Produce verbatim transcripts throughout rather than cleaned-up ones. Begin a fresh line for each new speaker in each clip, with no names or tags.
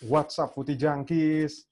What's up, Putih Jangkis?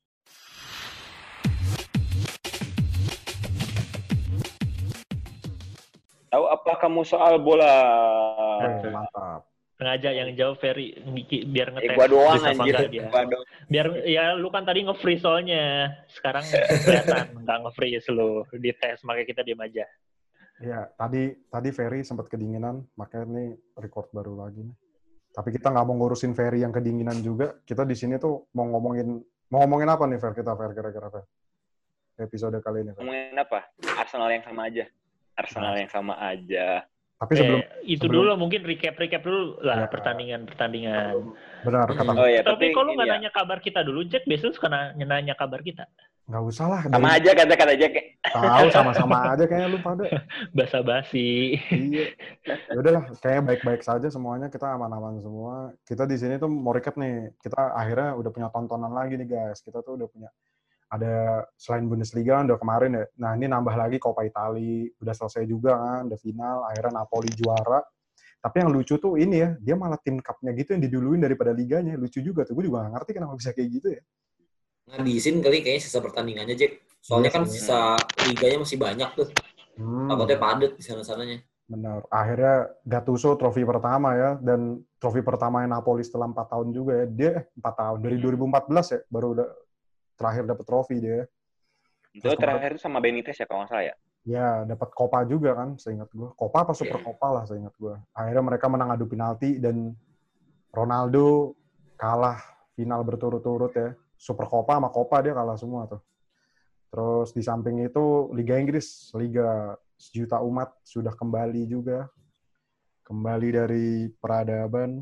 Tahu apa kamu soal bola?
Eh, mantap.
Sengaja yang jauh Ferry biar ngetes
eh, gua doang
bisa apa
anjir.
enggak dia.
Gua doang.
Biar ya lu kan tadi nge-freeze soalnya. Sekarang kelihatan enggak nge-freeze lu. Dites makanya kita diam aja.
Ya, tadi tadi Ferry sempat kedinginan, makanya ini record baru lagi nih. Tapi kita nggak mau ngurusin Ferry yang kedinginan juga. Kita di sini tuh mau ngomongin mau ngomongin apa nih Fer kita Fer kira-kira Fer? Episode kali ini Fer.
Ngomongin apa? Arsenal yang sama aja. Arsenal nah. yang sama aja.
Tapi sebelum
eh, itu
sebelum,
dulu mungkin recap-recap dulu lah ya. pertandingan-pertandingan.
Benar kata.
Oh, ya,
tapi, tapi kalau nggak
ya.
nanya kabar kita dulu, Jack, biasanya suka nanya kabar kita.
Nggak usah lah.
Sama dari... aja kata-kata Jack.
Tahu sama-sama aja kayaknya lu pada.
Basa-basi.
Iya. Ya udahlah, kayaknya baik-baik saja semuanya, kita aman-aman semua. Kita di sini tuh mau recap nih. Kita akhirnya udah punya tontonan lagi nih guys. Kita tuh udah punya ada selain Bundesliga udah kemarin ya. Nah, ini nambah lagi Coppa Italia, udah selesai juga kan, udah final, akhirnya Napoli juara. Tapi yang lucu tuh ini ya, dia malah tim cup-nya gitu yang diduluin daripada liganya. Lucu juga tuh, gue juga gak ngerti kenapa bisa kayak gitu ya.
Ngabisin kali kayaknya sisa pertandingannya, Jack. Soalnya yes, kan ya. Sisa liganya masih banyak tuh. Hmm. Takutnya padet di sana-sananya.
Benar. Akhirnya Gattuso trofi pertama ya, dan trofi pertamanya Napoli setelah empat tahun juga ya. Dia eh, empat tahun, dari dua ribu empat belas ya, baru udah terakhir dapat trofi dia.
Itu terakhir itu sama Benitez ya kalau nggak salah ya?
Ya, dapat Copa juga kan, seingat gue. Copa apa Super Copa lah, seingat gue. Akhirnya mereka menang adu penalti dan Ronaldo kalah final berturut-turut ya. Super Copa sama Copa dia kalah semua tuh. Terus di samping itu Liga Inggris, Liga sejuta umat sudah kembali juga. Kembali dari peradaban.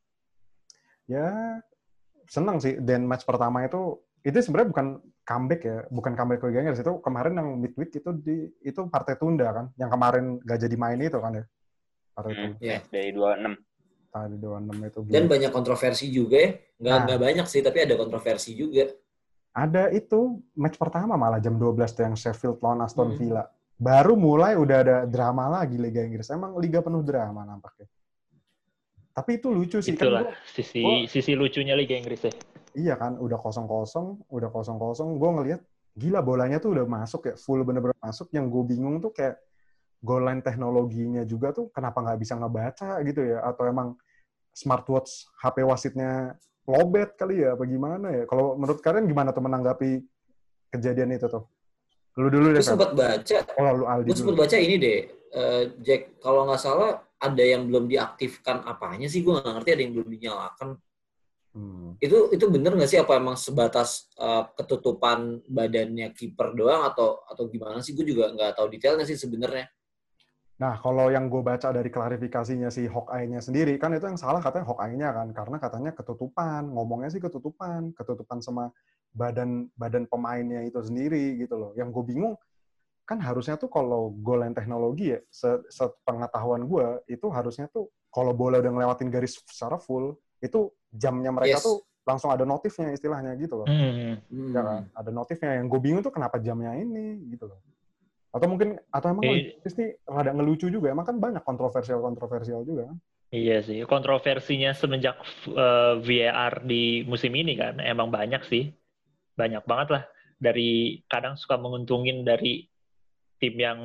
Ya, senang sih. Dan match pertama itu itu sebenarnya bukan comeback ya, bukan comeback Liga Inggris. Itu kemarin yang midweek itu di itu partai tunda kan, yang kemarin gak jadi main itu kan ya. Partai
hmm,
tunda.
Ya, dari dua puluh enam.
Tadi dua puluh enam itu.
Dan gitu. Banyak kontroversi juga ya. Nggak, nah, nggak banyak sih, tapi ada kontroversi juga.
Ada itu, match pertama malah jam dua belas tuh yang Sheffield lawan Aston Villa. Hmm. Baru mulai udah ada drama lagi Liga Inggris. Emang liga penuh drama nampaknya. Tapi itu lucu sih.
Itulah
kan gua,
sisi,
gua,
sisi lucunya Liga Inggris ya.
Iya kan, udah kosong kosong, udah kosong kosong. Gue ngelihat gila bolanya tuh udah masuk ya, full bener-bener masuk. Yang gue bingung tuh kayak goal line teknologinya juga tuh kenapa nggak bisa ngebaca gitu ya? Atau emang smartwatch H P wasitnya lobet kali ya? Apa gimana ya? Kalau menurut kalian gimana tuh menanggapi kejadian itu tuh? Lu dulu deh.
Gue sempat baca.
Oh, lu Aldi
Gue sempat baca ini deh, uh, Jack. Kalau nggak salah ada yang belum diaktifkan apanya sih? Gue nggak ngerti. Ada yang belum dinyalakan. Hmm. Itu itu bener nggak sih, apa emang sebatas uh, ketutupan badannya kiper doang atau atau gimana sih? Gue juga nggak tahu detailnya sih sebenarnya.
Nah, kalau yang gue baca dari klarifikasinya si Hawkeye-nya sendiri, kan itu yang salah katanya Hawkeye-nya kan, karena katanya ketutupan, ngomongnya sih ketutupan, ketutupan sama badan badan pemainnya itu sendiri gitu loh. Yang gue bingung, kan harusnya tuh kalau goal line teknologi ya, sepengetahuan gue, itu harusnya tuh kalau bola udah ngelewatin garis secara full, itu jamnya mereka yes. tuh langsung ada notifnya istilahnya gitu loh.
Hmm.
Ya kan? Ada notifnya. Yang gue bingung tuh kenapa jamnya ini gitu loh. Atau mungkin atau emang eh, ini rada ngelucu juga. Emang kan banyak kontroversial-kontroversial juga kan.
Iya sih. Kontroversinya semenjak uh, V A R di musim ini kan emang banyak sih. Banyak banget lah. Dari kadang suka menguntungin dari tim yang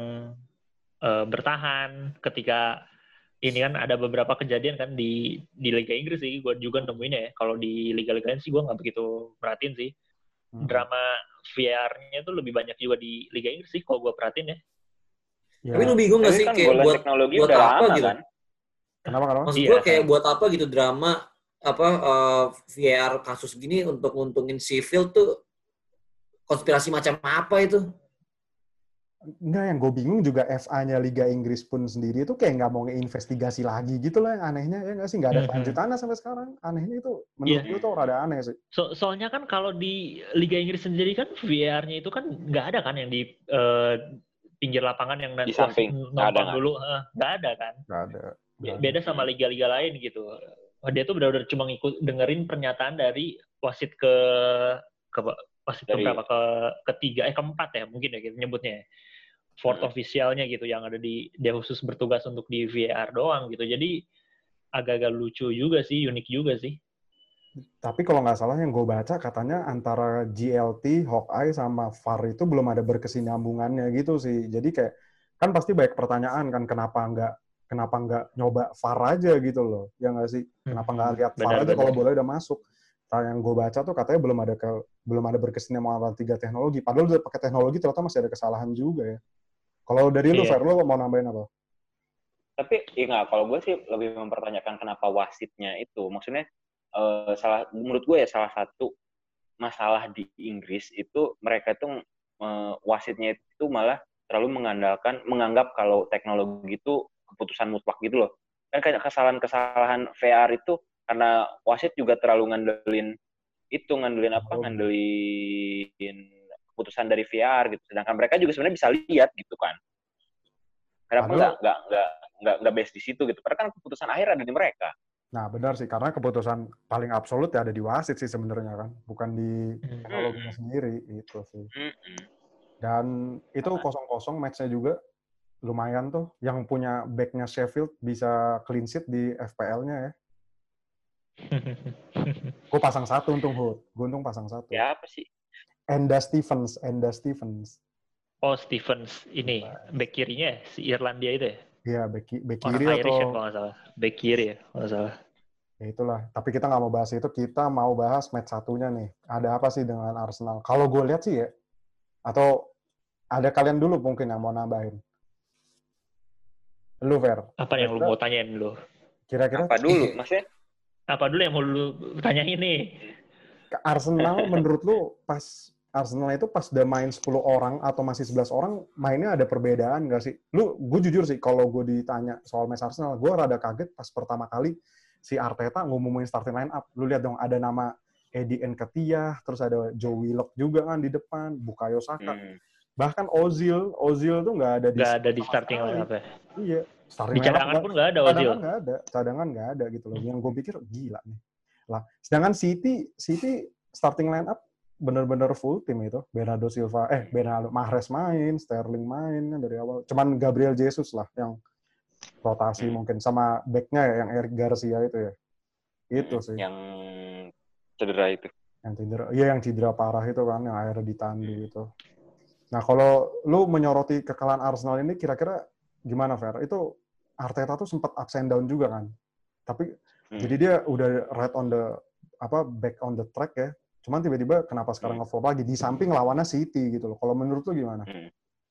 uh, bertahan ketika ini kan ada beberapa kejadian kan di di Liga Inggris sih, gue juga nemuin ya. Kalau di liga-liga lain sih gue nggak begitu perhatiin sih. Hmm. Drama V A R-nya tuh lebih banyak juga di Liga Inggris sih, kalau gue perhatiin ya.
ya. Tapi lu bingung nggak sih
kan
kayak buat
teknologi
buat
udah
apa
lama,
gitu?
Kan?
Kenapa kenapa?
Maksud
iya,
gue kayak
kan?
buat apa gitu drama apa uh, V A R kasus gini untuk nguntungin Sheffield tuh konspirasi macam apa itu?
Enggak, yang gue bingung juga F A-nya Liga Inggris pun sendiri itu kayak nggak mau ngeinvestigasi lagi gitu loh, yang anehnya ya nggak sih, nggak ada kelanjutannya sampai sekarang. Anehnya itu menurut yeah. gue tuh rada aneh sih.
So, soalnya kan kalau di Liga Inggris sendiri kan V A R-nya itu kan nggak ada kan yang di uh, pinggir lapangan yang
di samping
nonton dulu, nggak uh, ada kan?
Nggak ada. Gak
Beda
ada.
sama liga-liga lain gitu. Dia tuh benar-benar cuma ngikut dengerin pernyataan dari wasit ke ke wasit
dari,
keberapa ke ketiga eh keempat ya mungkin ya gitu nyebutnya. Fourth hmm. officialnya gitu yang ada di dia khusus bertugas untuk di V A R doang gitu. Jadi agak-agak lucu juga sih, unik juga sih.
Tapi kalau nggak salah yang gue baca katanya antara G L T, Hawkeye sama V A R itu belum ada berkesinambungannya gitu sih. Jadi kayak kan pasti banyak pertanyaan kan kenapa nggak kenapa nggak nyoba V A R aja gitu loh, ya nggak sih? Kenapa nggak lihat V A R
Benar,
aja
benar.
kalau boleh udah masuk? Nah, yang gue baca tuh katanya belum ada ke belum ada berkesinambungan antara tiga teknologi. Padahal udah pakai teknologi ternyata masih ada kesalahan juga ya. Kalau dari lu,
Iya.
Fer, lu mau nambahin apa?
Tapi ya nggak, kalau gue sih lebih mempertanyakan kenapa wasitnya itu. Maksudnya eh, salah menurut gue ya salah satu masalah di Inggris itu mereka itu eh, wasitnya itu malah terlalu mengandalkan menganggap kalau teknologi itu keputusan mutlak gitu loh. Kan kayak kesalahan-kesalahan V R itu karena wasit juga terlalu ngandelin itu ngandelin apa
Oh.
ngandelin keputusan dari V R gitu. Sedangkan mereka juga sebenarnya bisa lihat gitu kan. Kenapa
Padahal-
nggak nggak nggak nggak nggak base di situ gitu? Karena kan keputusan akhir ada di mereka.
Nah, benar sih, karena keputusan paling absolut ya ada di wasit sih sebenarnya kan, bukan di teknologinya sendiri, itu sih.
Mm-mm.
Dan itu kosong-kosong match-nya juga lumayan tuh. Yang punya back-nya Sheffield bisa clean sheet di F P L-nya ya. Gue pasang satu untung Hood. Gue untung pasang satu.
Ya apa sih?
Enda Stevens, Enda Stevens.
Oh, Stevens ini back kirinya si Irlandia itu ya?
Iya, back, back
Orang
kiri
Irish
atau...
kan kalau nggak salah. Back kiri ya, kalau nggak salah.
Ya itulah. Tapi kita nggak mau bahas itu. Kita mau bahas match satunya nih. Ada apa sih dengan Arsenal? Kalau gue lihat sih ya, atau ada kalian dulu mungkin yang mau nambahin? Lu, Fer.
Apa yang lu mau tanyain lu?
Kira-kira
Apa dulu? Maksudnya?
Apa dulu yang mau lu tanyain nih?
Arsenal menurut lu pas Arsenal itu pas udah main sepuluh orang atau masih sebelas orang, mainnya ada perbedaan nggak sih? Lu, gue jujur sih, kalau gue ditanya soal match Arsenal, gue rada kaget pas pertama kali si Arteta ngumumin starting line up. Lu lihat dong, ada nama Eddie Nketiah, terus ada Joe Willock juga kan di depan, Bukayo Saka.
Hmm.
Bahkan Ozil, Ozil tuh nggak ada di
Nggak ada di
sama
starting
sekali.
line up ya?
Iya, starting
Di
line up
cadangan
nggak-
pun nggak ada Ozil.
cadangan nggak ada, cadangan nggak ada gitu loh. Yang gue pikir gila nih. Lah, sedangkan City, City starting line up bener-bener full tim itu. Bernardo Silva, eh Bernardo Mahrez main, Sterling main kan dari awal. Cuman Gabriel Jesus lah yang rotasi
Hmm.
mungkin sama back-nya ya yang Eric Garcia itu ya. Itu sih.
Yang cedera itu.
Yang cedera, iya yang cedera parah itu kan yang akhirnya ditandu itu. Nah, kalau lu menyoroti kekalahan Arsenal ini kira-kira gimana, Fer? Itu Arteta tuh sempat ups and down juga kan. Tapi
Hmm.
jadi dia udah right on the apa back on the track ya. Cuman tiba-tiba kenapa sekarang
Hmm.
nge-flop lagi di samping lawannya City gitu loh. Kalau menurut lu gimana?
Hmm.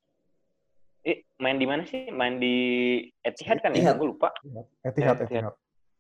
Eh, main di mana sih? Main di Etihad kan ya?
Etihad.
Gue lupa.
Etihad,
Ya,
Etihad.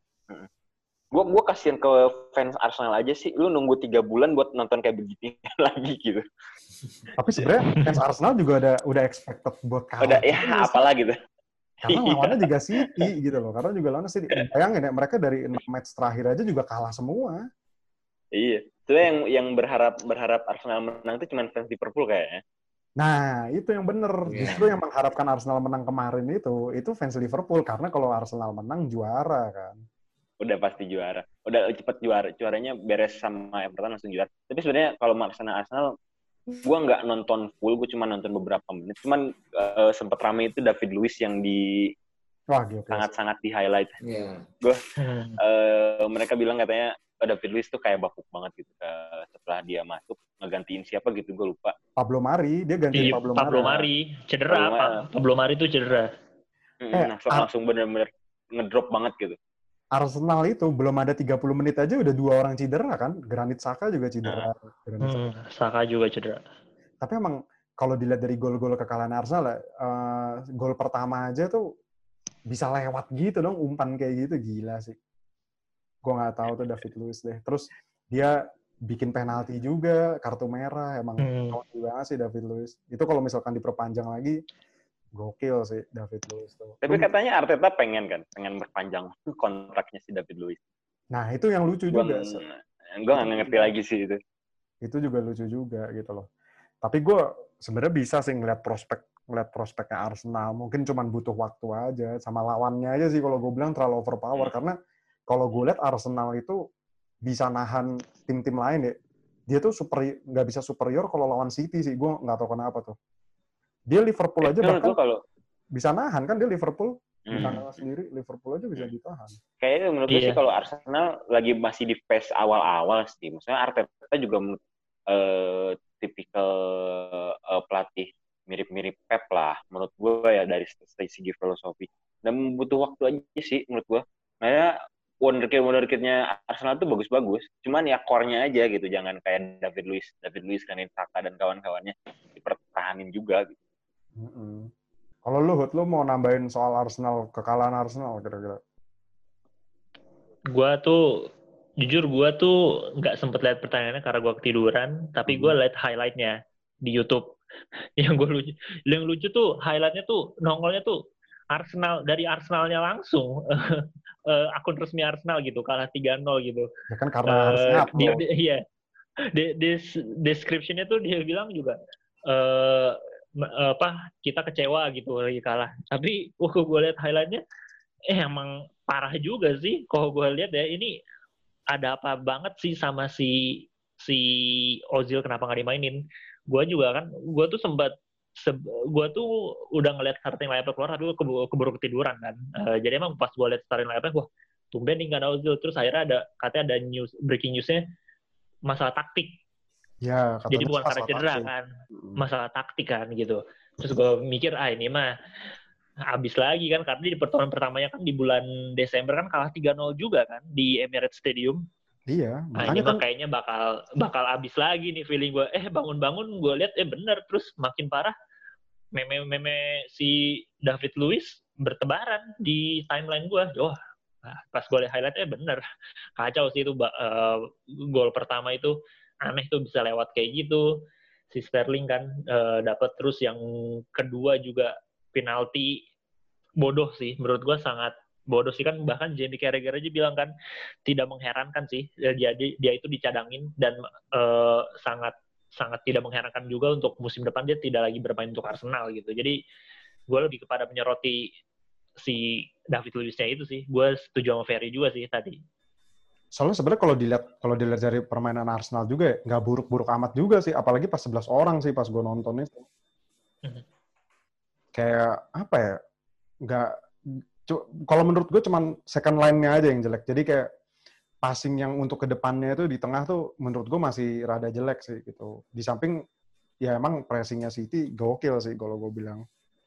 Gue gue kasihan ke fans Arsenal aja sih. Lu nunggu tiga bulan buat nonton kayak begitu lagi gitu.
Tapi sebenarnya fans Arsenal juga ada udah expected buat kalah.
Udah ya
terus.
apalah gitu.
Karena
Iya.
lawannya juga City gitu loh. Karena juga lawannya City. Bayangin ya, mereka dari enam match terakhir aja juga kalah semua.
Iya. Sebenarnya yang yang berharap berharap Arsenal menang itu cuma fans Liverpool kayaknya.
Nah, itu yang bener.
Yeah.
Justru yang mengharapkan Arsenal menang kemarin itu, itu fans Liverpool. Karena kalau Arsenal menang, juara kan.
Udah pasti juara. Udah cepet juara. Juaranya beres sama Everton langsung juara. Tapi sebenarnya kalau Arsenal Arsenal, gue nggak nonton full. Gue cuma nonton beberapa menit. Cuman uh, sempet rame itu David Luiz yang di
Wah, gitu.
sangat-sangat di highlight.
Iya.
Gue
Hmm.
uh, mereka bilang katanya oh, David Luiz tuh kayak bapuk banget gitu. Uh, setelah dia masuk ngegantiin siapa gitu gue lupa.
Pablo Mari, dia gantiin
Iya,
Pablo,
Pablo
Mari.
Mari cedera
Pablo
apa?
Mari.
Pablo Mari itu cedera.
Mm,
Eh,
langsung
Ar-
langsung bener-bener ngedrop banget gitu.
Arsenal itu belum ada tiga puluh menit aja udah dua orang cedera kan. Granit Xhaka juga cedera. Granit Xhaka.
Hmm, Saka juga cedera.
Tapi emang kalau dilihat dari gol-gol kekalahan Arsenal, uh, gol pertama aja tuh bisa lewat gitu dong, umpan kayak gitu, gila sih. Gue nggak tahu tuh David Luiz deh. Terus dia bikin penalti juga, kartu merah, emang
Hmm.
kawat banget sih David Luiz. Itu kalau misalkan diperpanjang lagi, gokil sih David Luiz tuh.
Tapi
Lu-
katanya Arteta pengen kan, pengen berpanjang kontraknya si David Luiz.
Nah itu yang lucu
Gue
juga.
gue nggak ngerti lagi sih itu.
Itu juga lucu juga gitu loh. Tapi gue sebenarnya bisa sih ngeliat prospek ngeliat prospeknya Arsenal. Mungkin cuma butuh waktu aja. Sama lawannya aja sih kalau gue bilang terlalu overpower.
Hmm.
Karena kalau gue lihat Arsenal itu bisa nahan tim-tim lain ya. Dia tuh super nggak bisa superior kalau lawan City sih. Gue nggak tahu kenapa tuh. Dia Liverpool aja
Menurut
bahkan
lu kalau
bisa nahan kan dia Liverpool. Di kandang sendiri Liverpool aja bisa ditahan.
Kayaknya menurut gue
Iya.
sih kalau Arsenal lagi masih di phase awal-awal sih. Maksudnya Arteta juga uh, tipikal uh, pelatih mirip-mirip Pep lah menurut gue ya dari segi filosofi. Dan butuh waktu aja sih menurut gue. Nah, wonderkid wonderkidnya Arsenal tuh bagus-bagus. Cuman ya core-nya aja gitu. Jangan kayak David Luiz, David Luiz, Granit Xhaka dan kawan-kawannya dipertahanin juga gitu.
Mm-hmm. Kalau lu, Hud, lu mau nambahin soal Arsenal, kekalahan Arsenal kira-kira?
Gua tuh, jujur gua tuh nggak sempet lihat pertandingannya karena gua ketiduran, tapi gua lihat highlight-nya di YouTube. Yang gue lucu, yang lucu tuh highlight-nya tuh nongolnya tuh Arsenal, dari Arsenalnya langsung uh, akun resmi Arsenal gitu, kalah tiga nol gitu.
Ya kan karena
uh,
harus ngap.
Di, di, iya. Di, di description-nya tuh dia bilang juga uh, apa kita kecewa gitu lagi kalah. Tapi waktu gue lihat highlight-nya, eh emang parah juga sih. Kalau gue lihat ya ini ada apa banget sih sama si si Ozil kenapa nggak dimainin? Gue juga kan, gue tuh sempat gue tuh udah ngeliat starting line-up keluar, tapi gue keburu, keburu ketiduran kan. Uh, jadi emang pas gue lihat starting line-up, wah tumben nih nggak ada Ozil. Terus akhirnya ada katanya ada news breaking news-nya masalah taktik.
Ya,
jadi bukan karena cedera taktik. Kan, masalah taktik kan gitu. Terus gue mikir, ah ini mah habis lagi kan, karena di pertemuan pertamanya kan di bulan Desember kan kalah tiga nol juga kan di Emirates Stadium.
Iya,
nah ini kan mah kayaknya bakal bakal habis lagi nih feeling gue. Eh bangun-bangun gue lihat eh bener, terus makin parah. Meme-meme si David Luiz bertebaran di timeline gue. Wah, nah, pas gue lihat highlightnya bener kacau sih itu uh, gol pertama itu. Aneh tuh bisa lewat kayak gitu. Si Sterling kan uh, dapat, terus yang kedua juga penalti bodoh sih. Menurut gue sangat bodoh sih kan, bahkan Jamie Carragher aja bilang kan tidak mengherankan sih. Jadi dia itu dicadangin dan uh, sangat sangat tidak mengherankan juga untuk musim depan dia tidak lagi bermain untuk Arsenal gitu. Jadi gue lebih kepada menyoroti si David Luiz-nya itu sih. Gue setuju sama Ferry juga sih tadi.
Soalnya sebenarnya kalau dilihat kalau dilihat dari permainan Arsenal juga ya, nggak buruk-buruk amat juga sih, apalagi pas sebelas orang sih pas gue nonton itu. Mm-hmm. Kayak apa ya? Nggak, kalau menurut gue cuman second line-nya aja yang jelek. Jadi kayak passing yang untuk ke depannya itu di tengah tuh menurut gue masih rada jelek sih gitu. Di samping ya emang pressing-nya City gokil sih kalau gue bilang.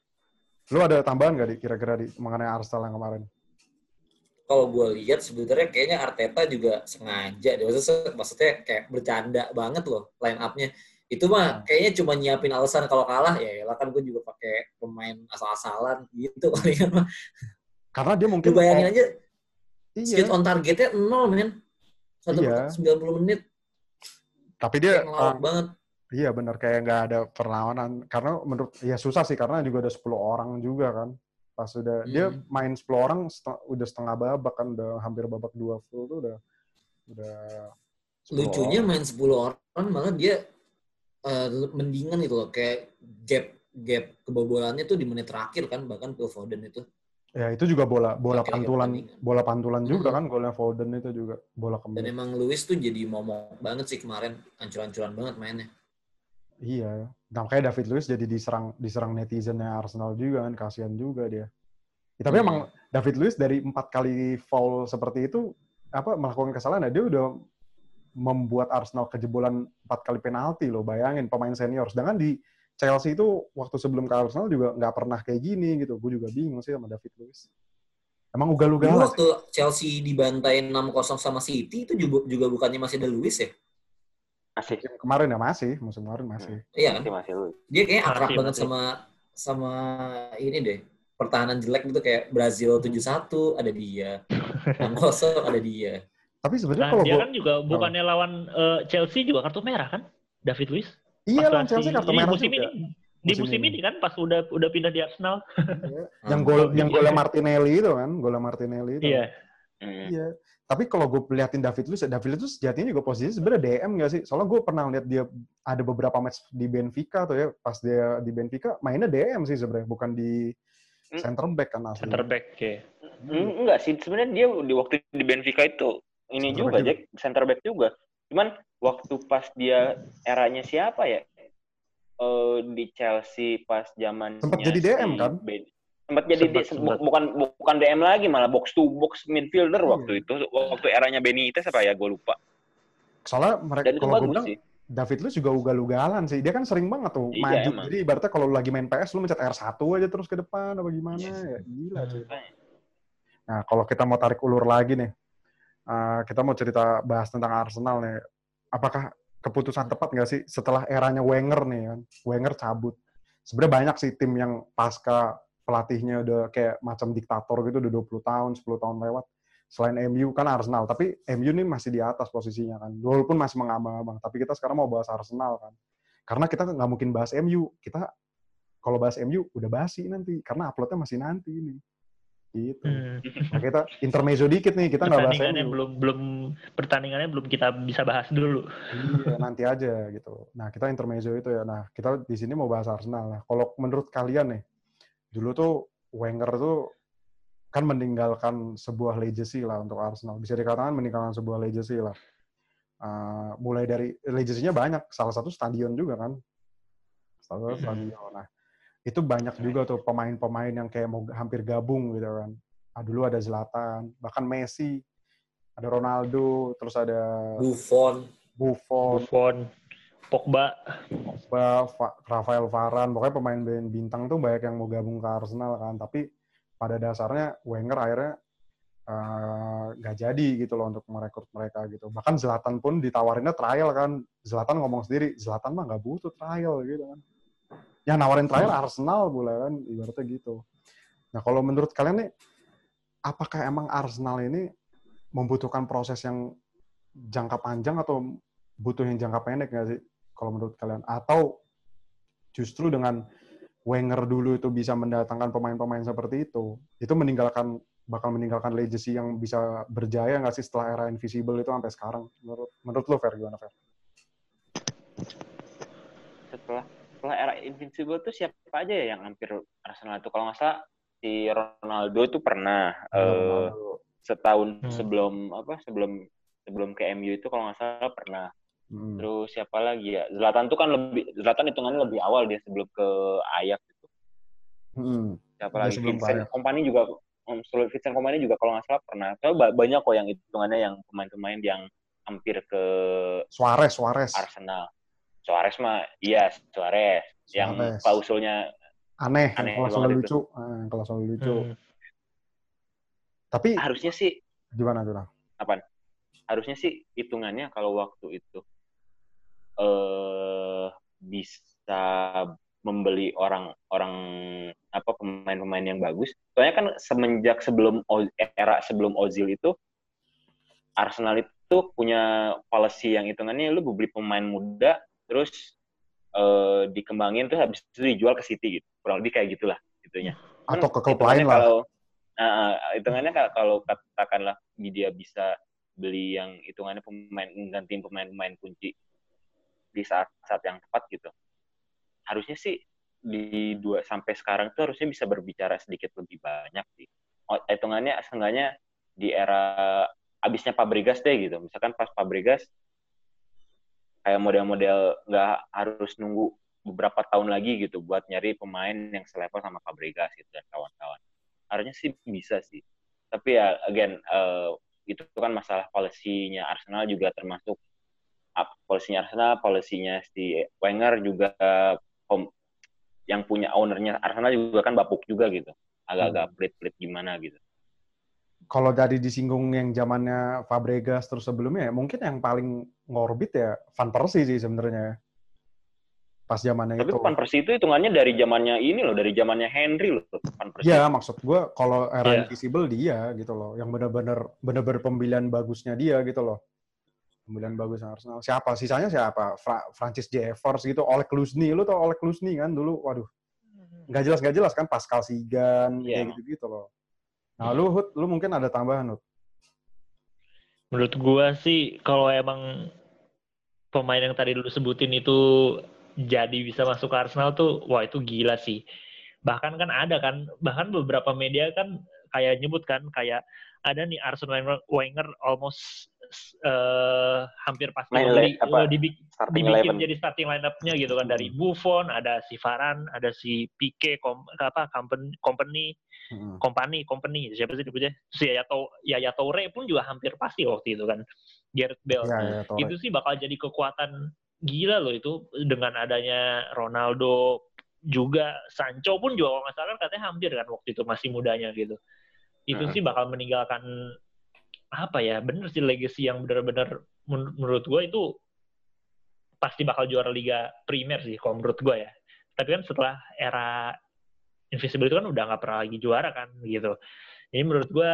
Lu ada tambahan nggak di kira-kira di mengenai Arsenal yang kemarin?
Kalau gue lihat sebenarnya kayaknya Arteta juga sengaja, maksudnya, maksudnya kayak bercanda banget loh line up-nya. Itu mah kayaknya cuma nyiapin alasan kalau kalah, ya lah kan gue juga pakai pemain asal-asalan gitu palingan mah.
Karena dia mungkin...
Lu bayangin aja,
iya.
Shoot on targetnya nol, men. Satu
iya.
sembilan puluh menit.
Tapi dia...
Ngelawak uh, banget.
Iya benar, kayak nggak ada perlawanan. Karena menurut... Ya susah sih, karena juga ada sepuluh orang juga kan. Pas udah hmm. dia main sepuluh orang seteng, udah setengah babak kan, udah hampir babak dua full tuh udah udah
lucunya orang. Main sepuluh orang malah dia uh, mendingan itu loh, kayak gap gap kebobolannya tuh di menit terakhir kan, bahkan Phil Foden itu.
Ya itu juga bola bola kayak pantulan bola pantulan hmm. juga kan golnya Foden itu juga bola kembali.
Dan emang Luiz tuh jadi momok banget sih kemarin, ancur-ancuran banget mainnya.
Iya, nah, makanya David Luiz jadi diserang diserang netizennya Arsenal juga kan, kasihan juga dia. Ya, tapi hmm. emang David Luiz dari empat kali foul seperti itu apa melakukan kesalahan, dia udah membuat Arsenal kejebolan empat kali penalti loh, bayangin pemain senior. Sedangkan di Chelsea itu waktu sebelum ke Arsenal juga nggak pernah kayak gini gitu. Gue juga bingung sih sama David Luiz. Emang ugal-ugalan.
Dulu waktu Chelsea dibantai enam kosong sama City itu juga, juga bukannya masih ada Luiz ya?
Masih.
Musim kemarin ya masih, musim kemarin masih.
Hmm. Iya kan?
Masih, masih Luiz.
Dia kayaknya akrab
masih,
banget
masih.
sama sama ini deh. Pertahanan jelek gitu kayak Brazil tujuh satu ada dia. enam kosong ada dia.
Tapi sebenarnya
nah,
kalau
dia
gua,
kan juga bukannya oh. lawan uh, Chelsea juga kartu merah kan? David Luiz.
Iya lawan Chelsea kartu merah
musim
juga.
Ini, di musim, musim ini. ini kan pas udah udah pindah di Arsenal.
yang gol yang golnya Martinelli itu kan, golnya Martinelli itu.
Iya.
Hmm. Iya. Tapi kalau gue liatin David Luiz, David Luiz itu sejatinya juga posisi sebenarnya D M nggak sih? Soalnya gue pernah lihat dia ada beberapa match di Benfica tuh ya, pas dia di Benfica mainnya D M sih sebenarnya, bukan di center back kan asli.
Center back ya.
Hmm. Enggak sih, sebenarnya dia di waktu di Benfica itu ini center juga Jack, center back juga. Cuman waktu pas dia eranya siapa ya? Uh, di Chelsea pas zamannya
sempat jadi D M
si
kan?
Ben, Sempat jadi
Sempet,
di,
sempet.
bukan bukan D M lagi, malah box to box midfielder
Iya.
waktu itu. Waktu eranya Benitez apa ya, gue lupa.
Soalnya mereka
Dan itu
kalau gue
bagus
bilang
sih.
David Luiz juga ugal-ugalan sih. Dia kan sering banget tuh
Iya,
maju.
emang.
Jadi ibaratnya kalau lagi main P S lu mencet R satu aja terus ke depan apa gimana ya. Gila cuy. Nah, kalau kita mau tarik ulur lagi nih. Uh, kita mau cerita bahas tentang Arsenal nih. Apakah keputusan tepat nggak sih setelah eranya Wenger nih kan? Wenger cabut. Sebenarnya banyak sih tim yang pasca pelatihnya udah kayak macam diktator gitu, udah dua puluh tahun, sepuluh tahun lewat. Selain M U kan Arsenal, tapi M U ini masih di atas posisinya kan. Walaupun masih mengambang-ambang, tapi kita sekarang mau bahas Arsenal kan. Karena kita nggak mungkin bahas M U. Kita kalau bahas M U udah basi nanti, karena uploadnya masih nanti ini. Gitu. Hmm. Nah kita intermezzo dikit nih, kita nggak bahas M U.
belum belum pertandingannya belum kita bisa bahas dulu.
Iya nanti aja gitu. Nah kita intermezzo itu ya. Nah kita di sini mau bahas Arsenal. Nah kalau menurut kalian nih, dulu tuh Wenger tuh kan meninggalkan sebuah legacy lah untuk Arsenal. Bisa dikatakan meninggalkan sebuah legacy lah. Uh, mulai dari legacy-nya banyak. Salah satu stadion juga kan. Salah satu stadion. Nah itu banyak juga tuh pemain-pemain yang kayak mau hampir gabung gitu kan. Ah, dulu ada Zlatan, bahkan Messi, ada Ronaldo, terus ada
Buffon,
Buffon,
Buffon, Pogba,
Pogba, Rafael Varane, pokoknya pemain bintang tuh banyak yang mau gabung ke Arsenal kan. Tapi pada dasarnya Wenger akhirnya nggak uh, jadi gitu loh untuk merekrut mereka gitu. Bahkan Zlatan pun ditawarinnya trial kan. Zlatan ngomong sendiri, Zlatan mah nggak butuh trial gitu kan. Yang nawarin trial Arsenal pula kan, ibaratnya gitu. Nah kalau menurut kalian nih, apakah emang Arsenal ini membutuhkan proses yang jangka panjang atau butuh yang jangka pendek nggak sih? Kalau menurut kalian? Atau justru dengan Wenger dulu itu bisa mendatangkan pemain-pemain seperti itu, itu meninggalkan bakal meninggalkan legacy yang bisa berjaya nggak sih setelah era Invisible itu sampai sekarang? Menurut menurut lo, Fer, gimana, Fer?
Setelah setelah era Invincible tuh siapa aja ya yang hampir Arsenal itu? Kalau nggak salah si Ronaldo tuh pernah ya, uh, Ronaldo. setahun hmm. sebelum apa sebelum sebelum ke M U itu kalau nggak salah pernah. Hmm. Terus siapa lagi ya? Zlatan tuh kan lebih Zlatan hitungannya lebih awal dia sebelum ke Ajax gitu. Hmm. Siapa ya, lagi? Vincent Kompany juga Vincent Kompany juga kalau nggak salah pernah. So, banyak kok yang hitungannya yang pemain-pemain yang hampir ke
Suarez, Suarez.
Arsenal. Suarez mah, iya Suarez. Suarez. Yang klausulnya
aneh, aneh kalau selalu lucu. Ah, kalau selalu lucu. Hmm. Tapi
harusnya sih
gimana tuh?
Apaan? Harusnya sih hitungannya kalau waktu itu eh bisa membeli orang-orang apa pemain-pemain yang bagus. Soalnya kan semenjak sebelum era sebelum Ozil itu Arsenal itu punya policy yang hitungannya lu beli pemain muda terus uh, dikembangin terus habis itu dijual ke City gitu. Kurang lebih kayak gitulah gitunya.
Atau ke klub lain lah.
Kalau uh, hitungannya kalau katakanlah dia bisa beli yang hitungannya pemain gantiin pemain-pemain kunci di saat-saat yang tepat gitu. Harusnya sih di dua sampai sekarang tuh harusnya bisa berbicara sedikit lebih banyak sih. Hitungannya seenggaknya di era abisnya Fabregas deh gitu. Misalkan pas Fabregas kayak model-model nggak harus nunggu beberapa tahun lagi gitu buat nyari pemain yang selevel sama Fabregas gitu dan kawan-kawan. Harusnya sih bisa sih. Tapi ya again uh, itu kan masalah polisinya Arsenal juga termasuk uh, polisinya Arsenal, polisinya si Wenger juga uh, home, yang punya ownernya Arsenal juga kan bapuk juga gitu. Agak-agak pelit-pelit gimana gitu.
Kalau dari disinggung yang zamannya Fabregas terus sebelumnya, mungkin yang paling ngorbit ya Van Persie sih sebenarnya. Pas zamannya
Tapi
itu.
Tapi Van Persie itu hitungannya dari zamannya ini loh, dari zamannya Henry loh, Van Persie.
Iya, maksud gue kalau era yeah. Invisible dia gitu loh, yang benar-benar benar-benar pemilihan bagusnya dia gitu loh. Pemilihan bagus Arsenal. Siapa? Sisanya siapa? Fra- Francis Jeffers gitu, Oleg Luzny. Lu tau Oleg Luzny kan dulu? Waduh. Nggak jelas nggak jelas kan Pascal Sigan yeah. kayak gitu-gitu loh. Nah, lu, Hud, lu mungkin ada tambahan, Hud?
Menurut gua sih, kalau emang pemain yang tadi lu sebutin itu jadi bisa masuk ke Arsenal tuh, wah itu gila sih. Bahkan kan ada kan, bahkan beberapa media kan kayak nyebut kan, kayak ada nih Arsene Wenger, Wenger almost uh, hampir pasti
Main
jadi
le- apa,
dibikin,
starting
dibikin
eleven.
jadi starting line-up-nya gitu kan. Dari Buffon, ada si Varane, ada si Pique, kom, apa company company
Hmm.
company company siapa sih disebutnya? Si Yaya Toure, Yaya Toure pun juga hampir pasti waktu itu kan. Gareth Bale.
Ya, ya, Toure.
Itu sih bakal jadi kekuatan gila loh itu dengan adanya Ronaldo juga, Sancho pun juga kalau nggak salah katanya hampir kan waktu itu masih mudanya gitu. Itu
Hmm.
sih bakal meninggalkan apa ya, bener sih legacy yang benar-benar men- menurut gue itu pasti bakal juara Liga Primer sih kalau menurut gue ya. Tapi kan setelah era Invincible itu kan udah nggak pernah lagi juara kan gitu. Jadi menurut gue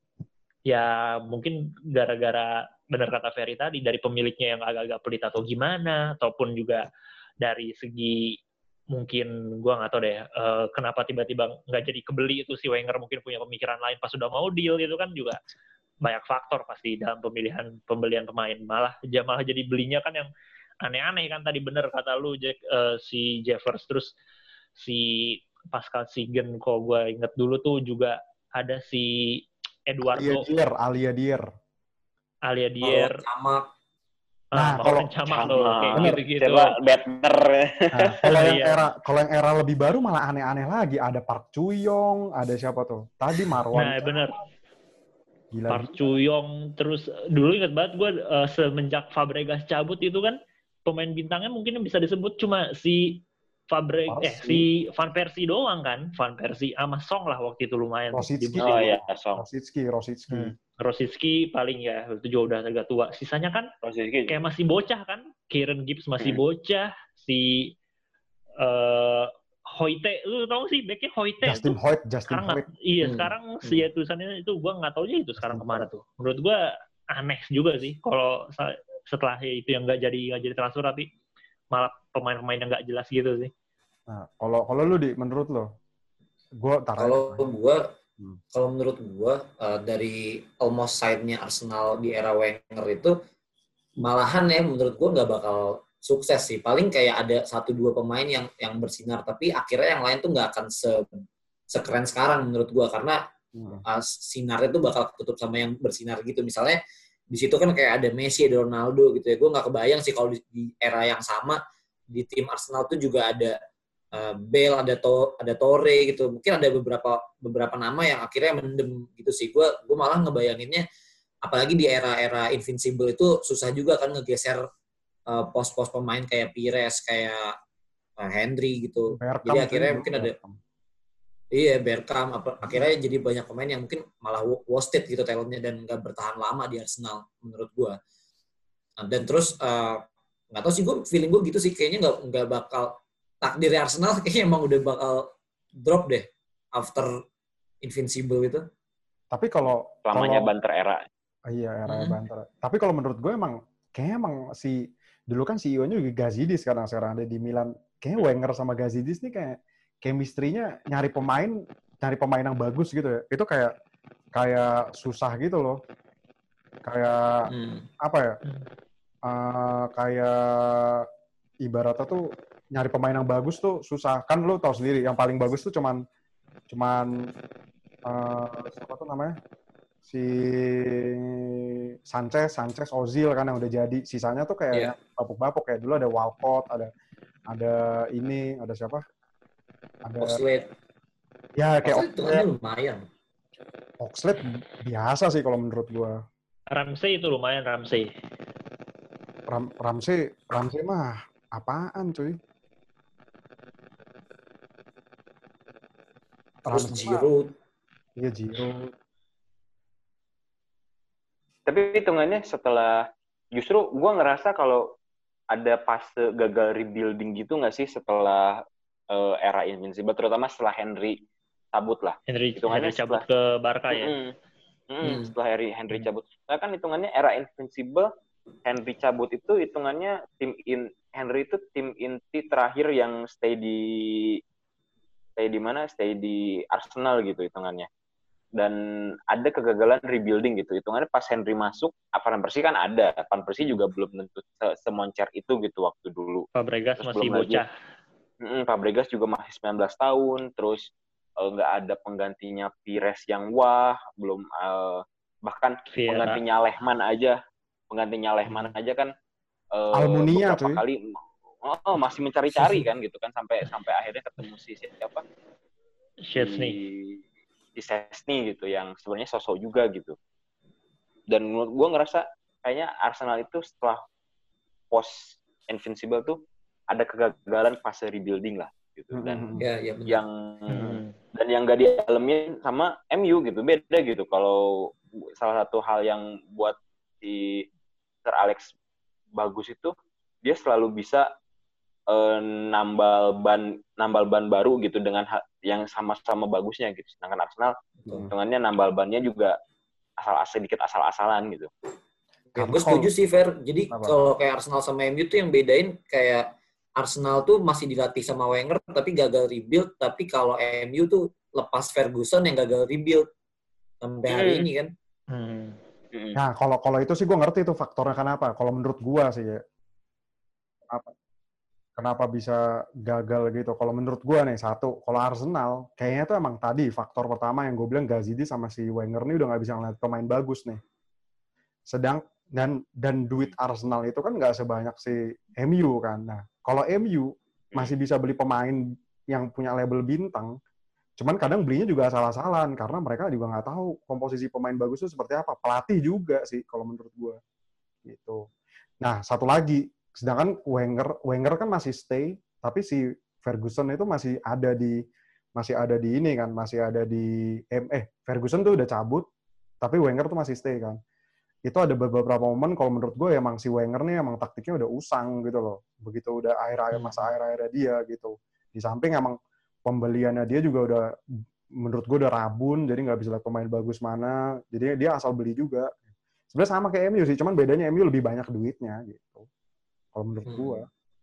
ya mungkin gara-gara benar kata Ferry tadi dari pemiliknya yang agak-agak pelit atau gimana, ataupun juga dari segi mungkin gue nggak tahu deh uh, kenapa tiba-tiba nggak jadi kebeli itu si Wenger, mungkin punya pemikiran lain pas sudah mau deal gitu kan, juga banyak faktor pasti dalam pemilihan pembelian pemain. Malah malah jadi belinya kan yang aneh-aneh kan, tadi bener kata lu Jack, uh, si Jeffers, terus si Pascal Sigen, kok gue inget dulu tuh juga ada si Eduardo
Alia Dier, Alia Dier.
Alia Dier.
Camak.
Nah,
Ah,
kalau
Camak tuh kayak gitu-gitu.
Siapa better.
Nah, kalau yang
Iya.
era kalau yang era lebih baru malah aneh-aneh lagi. Ada Park Chu-yong, ada siapa tuh? Tadi Marwan.
Nah, bener.
Gila.
Park Chu-yong, terus dulu inget banget gue uh, semenjak Fabregas cabut itu kan pemain bintangnya mungkin bisa disebut cuma si Fabregas eh si Van Persie doang kan, Van Persie sama Song lah waktu itu lumayan.
Rosicki.
Oh iya, Song.
Rosicki, Rosicki.
Hmm. Rosicki paling ya, itu juga udah agak tua. Sisanya kan
Rosicki
kayak masih bocah kan. Kieran Gibbs masih
hmm.
bocah. Si uh, Hoyte, lu tau sih backnya Hoyte
Justin
tuh.
Hoyt, Justin
sekarang
Hoyt.
Gak, iya,
hmm.
sekarang
hmm.
si tulisannya itu gue nggak tahu aja itu sekarang kemana tuh. Menurut gue aneh juga sih kalau setelah itu yang nggak jadi nggak jadi transfer, tapi malah pemain-pemain yang nggak jelas gitu sih.
Nah, kalau kalau lu di menurut lo, gue
kalau gue
Hmm.
Kalau menurut gue uh, dari almost side-nya Arsenal di era Wenger itu malahan ya menurut gue nggak bakal sukses sih. Paling kayak ada satu dua pemain yang yang bersinar, tapi akhirnya yang lain tuh nggak akan se sekeren sekarang menurut gue, karena hmm. uh, sinarnya tuh bakal tutup sama yang bersinar gitu. Misalnya di situ kan kayak ada Messi, ada Ronaldo gitu ya. Gue nggak kebayang sih kalau di, di era yang sama di tim Arsenal tuh juga ada Uh, Bale, ada to, ada Toure gitu. Mungkin ada beberapa beberapa nama yang akhirnya mendem gitu sih. Gue gue malah ngebayanginnya, apalagi di era-era Invincible itu susah juga kan ngegeser uh, pos-pos pemain kayak Pires, kayak uh, Henry gitu. Berkham, jadi akhirnya juga, mungkin ada Berkham. Iya Berkham. Akhirnya jadi banyak pemain yang mungkin malah wasted gitu talentnya dan nggak bertahan lama di Arsenal menurut gue. Nah, dan terus nggak uh, tahu sih, gue feeling gue gitu sih, kayaknya nggak nggak bakal takdir Arsenal kayaknya emang udah bakal drop deh after Invincible itu.
Tapi kalau
lamanya
kalau,
banter era.
Iya, era hmm. banter. Tapi kalau menurut gue emang kayaknya emang si dulu kan C E O-nya juga Gazidis, sekarang sekarang ada di Milan. Kayaknya Wenger sama Gazidis nih kayak chemistry-nya nyari pemain, nyari pemain yang bagus gitu ya. Itu kayak kayak susah gitu loh. Kayak hmm. apa ya? Uh, kayak ibaratnya tuh nyari pemain yang bagus tuh susah. Kan lu tahu sendiri, yang paling bagus tuh cuman cuman uh, siapa tuh namanya? Si Sanchez, Sanchez, Ozil kan yang udah jadi. Sisanya tuh kayak yeah. bapuk-bapuk, kayak dulu ada Walcott, ada ada ini, ada siapa? Ada
Oxlade.
Ya kayak
Oxlade lumayan.
Oxlade biasa sih kalau menurut gua.
Ramsey itu lumayan, Ramsey.
Ram, Ramsey, Ramsey mah apaan cuy?
Terus Giroud.
Iya, Giroud.
Tapi hitungannya setelah, justru gue ngerasa kalau ada fase gagal rebuilding gitu nggak sih setelah uh, era Invincible, terutama setelah Henry cabut lah.
Henry,
hitungannya
Henry cabut
setelah,
ke Barca ya?
Mm, mm, hmm. Setelah Henry, Henry cabut. Nah kan hitungannya era Invincible, Henry cabut itu hitungannya tim in Henry itu tim inti terakhir yang stay di stay di mana? Stay di Arsenal gitu hitungannya. Dan ada kegagalan rebuilding gitu. Hitungannya pas Henry masuk, Van Persie kan ada. Van Persie juga belum tentu semoncer itu gitu waktu dulu.
Fabregas terus masih bocah.
Lagi, Fabregas juga masih sembilan belas tahun. Terus nggak uh, ada penggantinya Pires yang wah. Belum uh, bahkan Vieira. Penggantinya Lehmann aja. penggantinya Lehmann aja kan uh,
Almunia,
beberapa
cuy.
kali oh, oh, masih mencari-cari kan gitu kan sampai sampai akhirnya ketemu si siapa
Szczesny.
si Szczesny gitu yang sebenarnya sosok juga gitu. Dan menurut gue ngerasa kayaknya Arsenal itu setelah post Invincible tuh ada kegagalan fase rebuilding lah gitu. Dan
ya, ya, benar.
yang hmm. dan yang gak dialamin sama M U gitu, beda gitu. Kalau salah satu hal yang buat si Sir Alex bagus itu dia selalu bisa uh, nambal ban nambal ban baru gitu dengan ha- yang sama-sama bagusnya gitu. Sedangkan Arsenal hitungannya hmm. nambal bannya juga asal-asal dikit asal-asalan gitu.
Ya, gue setuju sih, Fer. Jadi kalau kayak Arsenal sama M U tuh yang bedain kayak Arsenal tuh masih dilatih sama Wenger tapi gagal rebuild, tapi kalau M U tuh lepas Ferguson yang gagal rebuild sampai hari hmm. ini kan.
Hmm.
Nah, kalau kalau itu sih gue ngerti tuh faktornya kenapa. Kalau menurut gue sih ya, apa? Kenapa bisa gagal gitu? Kalau menurut gue nih satu, kalau Arsenal kayaknya tuh emang tadi faktor pertama yang gue bilang Gazidi sama si Wenger nih udah nggak bisa ngeliat pemain bagus nih. Sedang dan dan duit Arsenal itu kan nggak sebanyak si M U kan. Nah, kalau M U masih bisa beli pemain yang punya label bintang, cuman kadang belinya juga salah-salahan karena mereka juga nggak tahu komposisi pemain bagus itu seperti apa. Pelatih juga sih kalau menurut gue gitu. Nah, satu lagi, sedangkan Wenger Wenger kan masih stay, tapi si Ferguson itu masih ada di masih ada di ini kan, masih ada di eh Ferguson tuh udah cabut, tapi Wenger tuh masih stay kan. Itu ada beberapa momen kalau menurut gue emang si Wenger nih emang taktiknya udah usang gitu loh. Begitu udah akhir-akhir masa akhir-akhir dia gitu. Di samping emang pembeliannya dia juga udah menurut gue udah rabun, jadi nggak bisa lihat pemain bagus mana. Jadi dia asal beli juga. Sebenarnya sama kayak M U sih, cuman bedanya M U lebih banyak duitnya gitu. Kalau menurut gue.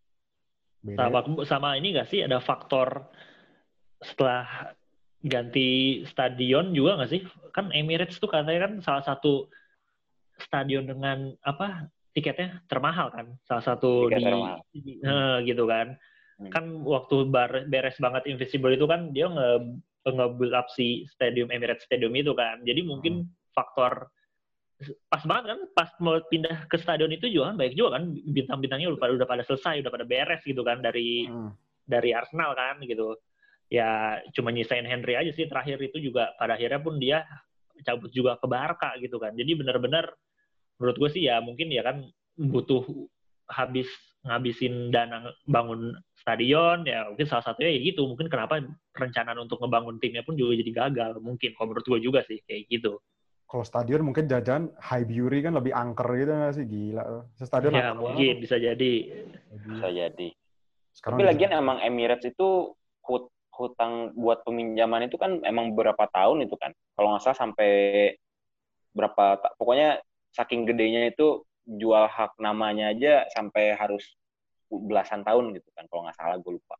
Sama, sama ini nggak sih ada faktor setelah ganti stadion juga nggak sih? Kan Emirates tuh katanya kan salah satu stadion dengan apa tiketnya termahal kan, salah satu Tiket di, di hmm. gitu kan. Hmm. Kan waktu bar, beres banget Invisible itu kan dia nge nge-build up si stadium Emirates Stadium itu kan. Jadi mungkin hmm. faktor pas banget kan pas mau pindah ke stadion itu juga kan baik juga kan bintang-bintangnya udah pada udah pada selesai, udah pada beres gitu kan dari hmm. dari Arsenal kan gitu. Ya cuma nyisain Henry aja sih terakhir itu juga pada akhirnya pun dia cabut juga ke Barca gitu kan. Jadi benar-benar menurut gue sih ya mungkin ya kan butuh habis ngabisin dana bangun stadion ya mungkin salah satunya ya gitu mungkin kenapa perencanaan untuk ngebangun timnya pun juga jadi gagal mungkin kalau menurut gue juga sih kayak gitu.
Kalau stadion mungkin jajan Highbury kan lebih angker gitu nggak sih gila. Stadion
ya mungkin bisa jadi.
Bisa jadi. Sekarang Tapi lagian emang Emirates itu hut, hutang buat peminjaman itu kan emang berapa tahun itu kan. Kalau nggak salah sampai berapa pokoknya saking gedenya itu jual hak namanya aja sampai harus belasan tahun gitu kan kalau nggak salah gue lupa.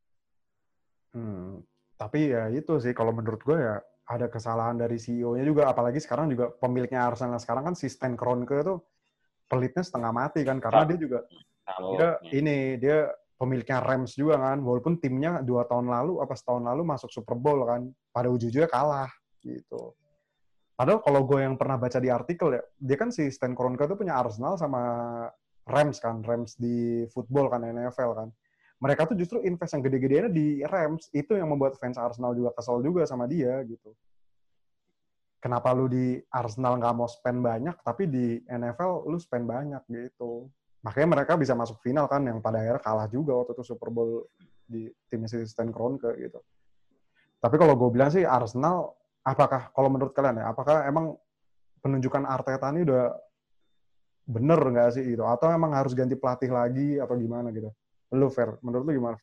Hmm, tapi ya itu sih kalau menurut gue ya ada kesalahan dari C E O-nya juga apalagi sekarang juga pemiliknya Arsenal sekarang kan si Stan Kroenke tuh pelitnya setengah mati kan karena dia juga oh, dia ya. ini dia pemiliknya Rams juga kan walaupun timnya dua tahun lalu apa setahun lalu masuk Super Bowl kan pada ujung-ujungnya kalah gitu. Padahal kalau gue yang pernah baca di artikel ya, dia kan si Stan Kroenke tuh punya Arsenal sama Rams kan, Rams di football kan, N F L kan. Mereka tuh justru invest yang gede-gedeannya di Rams, itu yang membuat fans Arsenal juga kesel juga sama dia gitu. Kenapa lu di Arsenal nggak mau spend banyak, tapi di N F L lu spend banyak gitu. Makanya mereka bisa masuk final kan, yang pada akhirnya kalah juga waktu itu Super Bowl di timnya si Stan Kroenke gitu. Tapi kalau gue bilang sih Arsenal apakah kalau menurut kalian ya, apakah emang penunjukan Arteta ini udah bener nggak sih gitu? Atau emang harus ganti pelatih lagi atau gimana gitu? Lu Fer, menurut lu gimana Fer?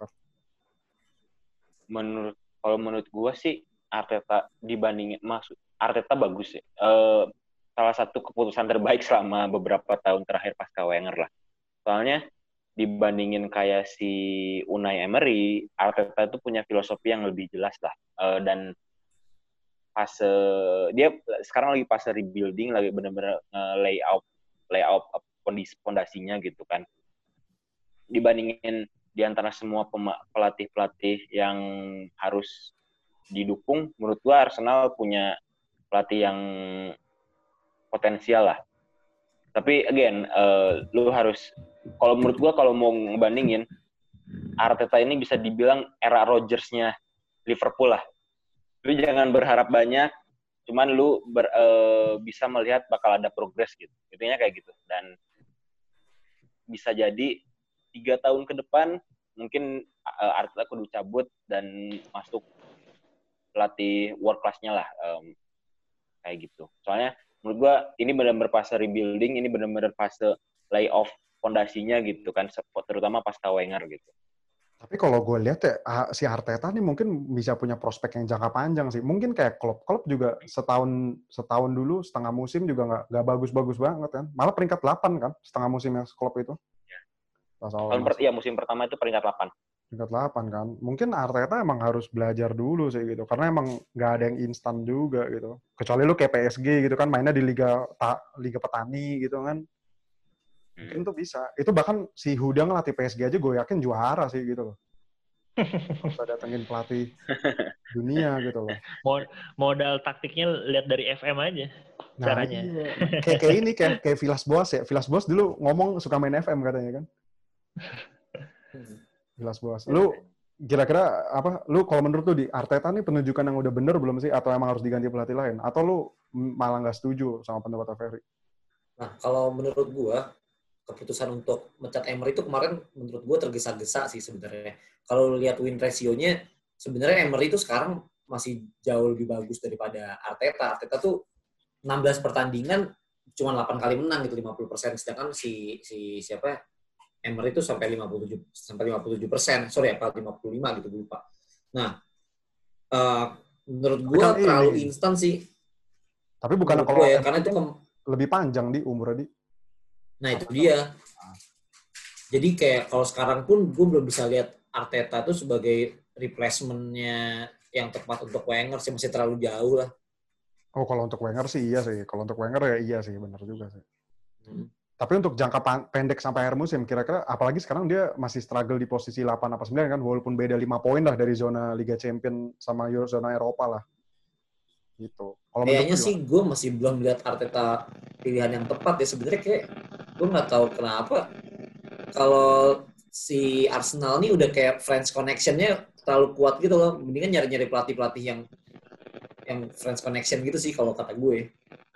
Menurut kalau menurut gue sih Arteta dibandingin maksud Arteta bagus ya. Uh, salah satu keputusan terbaik selama beberapa tahun terakhir pasca Wenger lah. Soalnya dibandingin kayak si Unai Emery, Arteta itu punya filosofi yang lebih jelas lah uh, dan fase dia sekarang lagi fase rebuilding lagi benar-benar uh, layout layout kondisi fondasinya gitu kan dibandingin di antara semua pelatih-pelatih yang harus didukung menurut gua Arsenal punya pelatih yang potensial lah Tapi again, uh, lu harus, kalau menurut gua kalau mau ngebandingin, Arteta ini bisa dibilang era Rodgers-nya Liverpool lah. Lu jangan berharap banyak, cuman lu ber, uh, bisa melihat bakal ada progres gitu. Intinya kayak gitu. Dan bisa jadi tiga tahun ke depan mungkin uh, Arteta kudu cabut dan masuk pelatih world class-nya lah. Um, kayak gitu. Soalnya menurut gua ini benar-benar fase rebuilding, ini benar-benar fase layoff fondasinya gitu kan, terutama pasca Wenger gitu.
Tapi kalau gue lihat ya, si Arteta nih mungkin bisa punya prospek yang jangka panjang sih. Mungkin kayak Klopp. Klopp juga setahun setahun dulu, setengah musim juga nggak nggak bagus-bagus banget kan. Malah peringkat delapan kan, setengah musim yang Klopp itu.
Ya.
Tahun
per, ya, musim pertama itu peringkat delapan.
Peringkat delapan kan. Mungkin Arteta emang harus belajar dulu sih gitu. Karena emang nggak ada yang instan juga gitu. Kecuali lu kayak P S G gitu kan, mainnya di Liga ta, Liga Petani gitu kan. Mungkin tuh bisa. Itu bahkan si Huda ngelatih P S G aja gue yakin juara sih gitu loh. Bisa datengin pelatih dunia gitu loh.
Modal taktiknya lihat dari F M aja
nah,
caranya.
Iya. Kayak kayak ini kayak kayak Villas Boas ya. Villas Boas dulu ngomong suka main F M katanya kan. Villas Boas. Lu kira-kira apa? Lu kalau menurut lu di Arteta nih penunjukan yang udah bener belum sih? Atau emang harus diganti pelatih lain? Atau lu malah nggak setuju sama pendapat Ferry?
Nah, kalau menurut gua keputusan untuk mencat Emery itu kemarin menurut gue tergesa-gesa sih sebenarnya. Kalau lihat win ratio-nya, sebenarnya Emery itu sekarang masih jauh lebih bagus daripada Arteta. Arteta tuh enam belas pertandingan cuma delapan kali menang gitu, lima puluh persen. Sedangkan si si siapa Emery itu sampai lima puluh tujuh sampai lima puluh tujuh persen. Sorry, apa lima puluh lima gitu, gue lupa. Nah, uh, menurut gue kan terlalu ini. instan sih.
Tapi bukan
kalau ya, karena itu ke-
lebih panjang di umurnya di.
Nah itu dia. Jadi kayak kalau sekarang pun gue belum bisa lihat Arteta tuh sebagai replacement-nya yang tepat untuk Wenger sih, masih terlalu jauh lah.
Oh kalau untuk Wenger sih iya sih. Kalau untuk Wenger ya iya sih, benar juga sih. Hmm. Tapi untuk jangka pendek sampai akhir musim, kira-kira apalagi sekarang dia masih struggle di posisi delapan atau sembilan kan, walaupun beda lima poin lah dari zona Liga Champions sama Euro zona Eropa lah. Gitu. Kalau
kayaknya sih gue masih belum lihat Arteta pilihan yang tepat ya sebenarnya. Kayak gue nggak tahu kenapa kalau si Arsenal nih udah kayak French connection-nya terlalu kuat gitu loh. Mendingan nyari-nyari pelatih-pelatih yang yang French connection gitu sih kalau kata gue.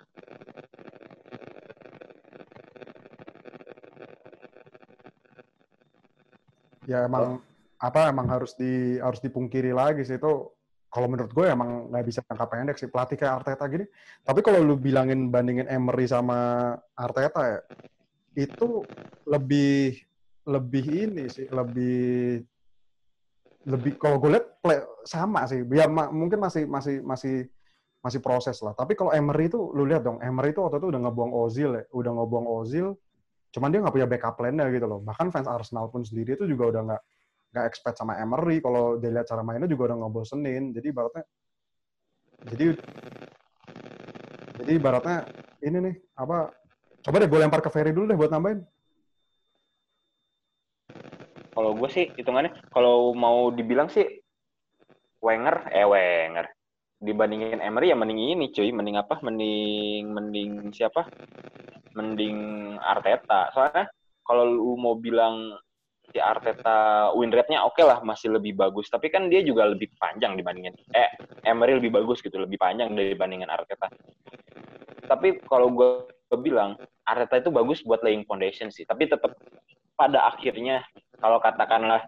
Ya emang oh. apa emang harus di harus dipungkiri lagi sih itu. Kalau menurut gue emang nggak bisa jangka pendek sih pelatih kayak Arteta gini. Tapi kalau lu bilangin bandingin Emery sama Arteta ya, itu lebih lebih ini sih, lebih lebih kalau gue lihat play, sama sih. Biar ma, mungkin masih masih masih masih proses lah. Tapi kalau Emery itu lu lihat dong, Emery itu waktu itu udah ngebuang Ozil ya, udah ngebuang Ozil. Cuman dia nggak punya backup plan-nya gitu loh. Bahkan fans Arsenal pun sendiri itu juga udah nggak nggak expect sama Emery, kalau dilihat cara mainnya juga udah ngebosenin. Jadi ibaratnya jadi jadi ibaratnya ini nih apa coba deh gue lempar ke Ferry dulu deh buat nambahin.
Kalau gue sih hitungannya kalau mau dibilang sih Wenger eh Wenger dibandingin Emery ya mending ini cuy, mending apa? Mending mending siapa? Mending Arteta. Soalnya kalau lu mau bilang si Arteta win rate-nya oke okay lah, masih lebih bagus. Tapi kan dia juga lebih panjang dibandingin eh Emery lebih bagus gitu, lebih panjang dibandingin Arteta. Tapi kalau gue bilang Arteta itu bagus buat laying foundation sih. Tapi tetap pada akhirnya kalau katakanlah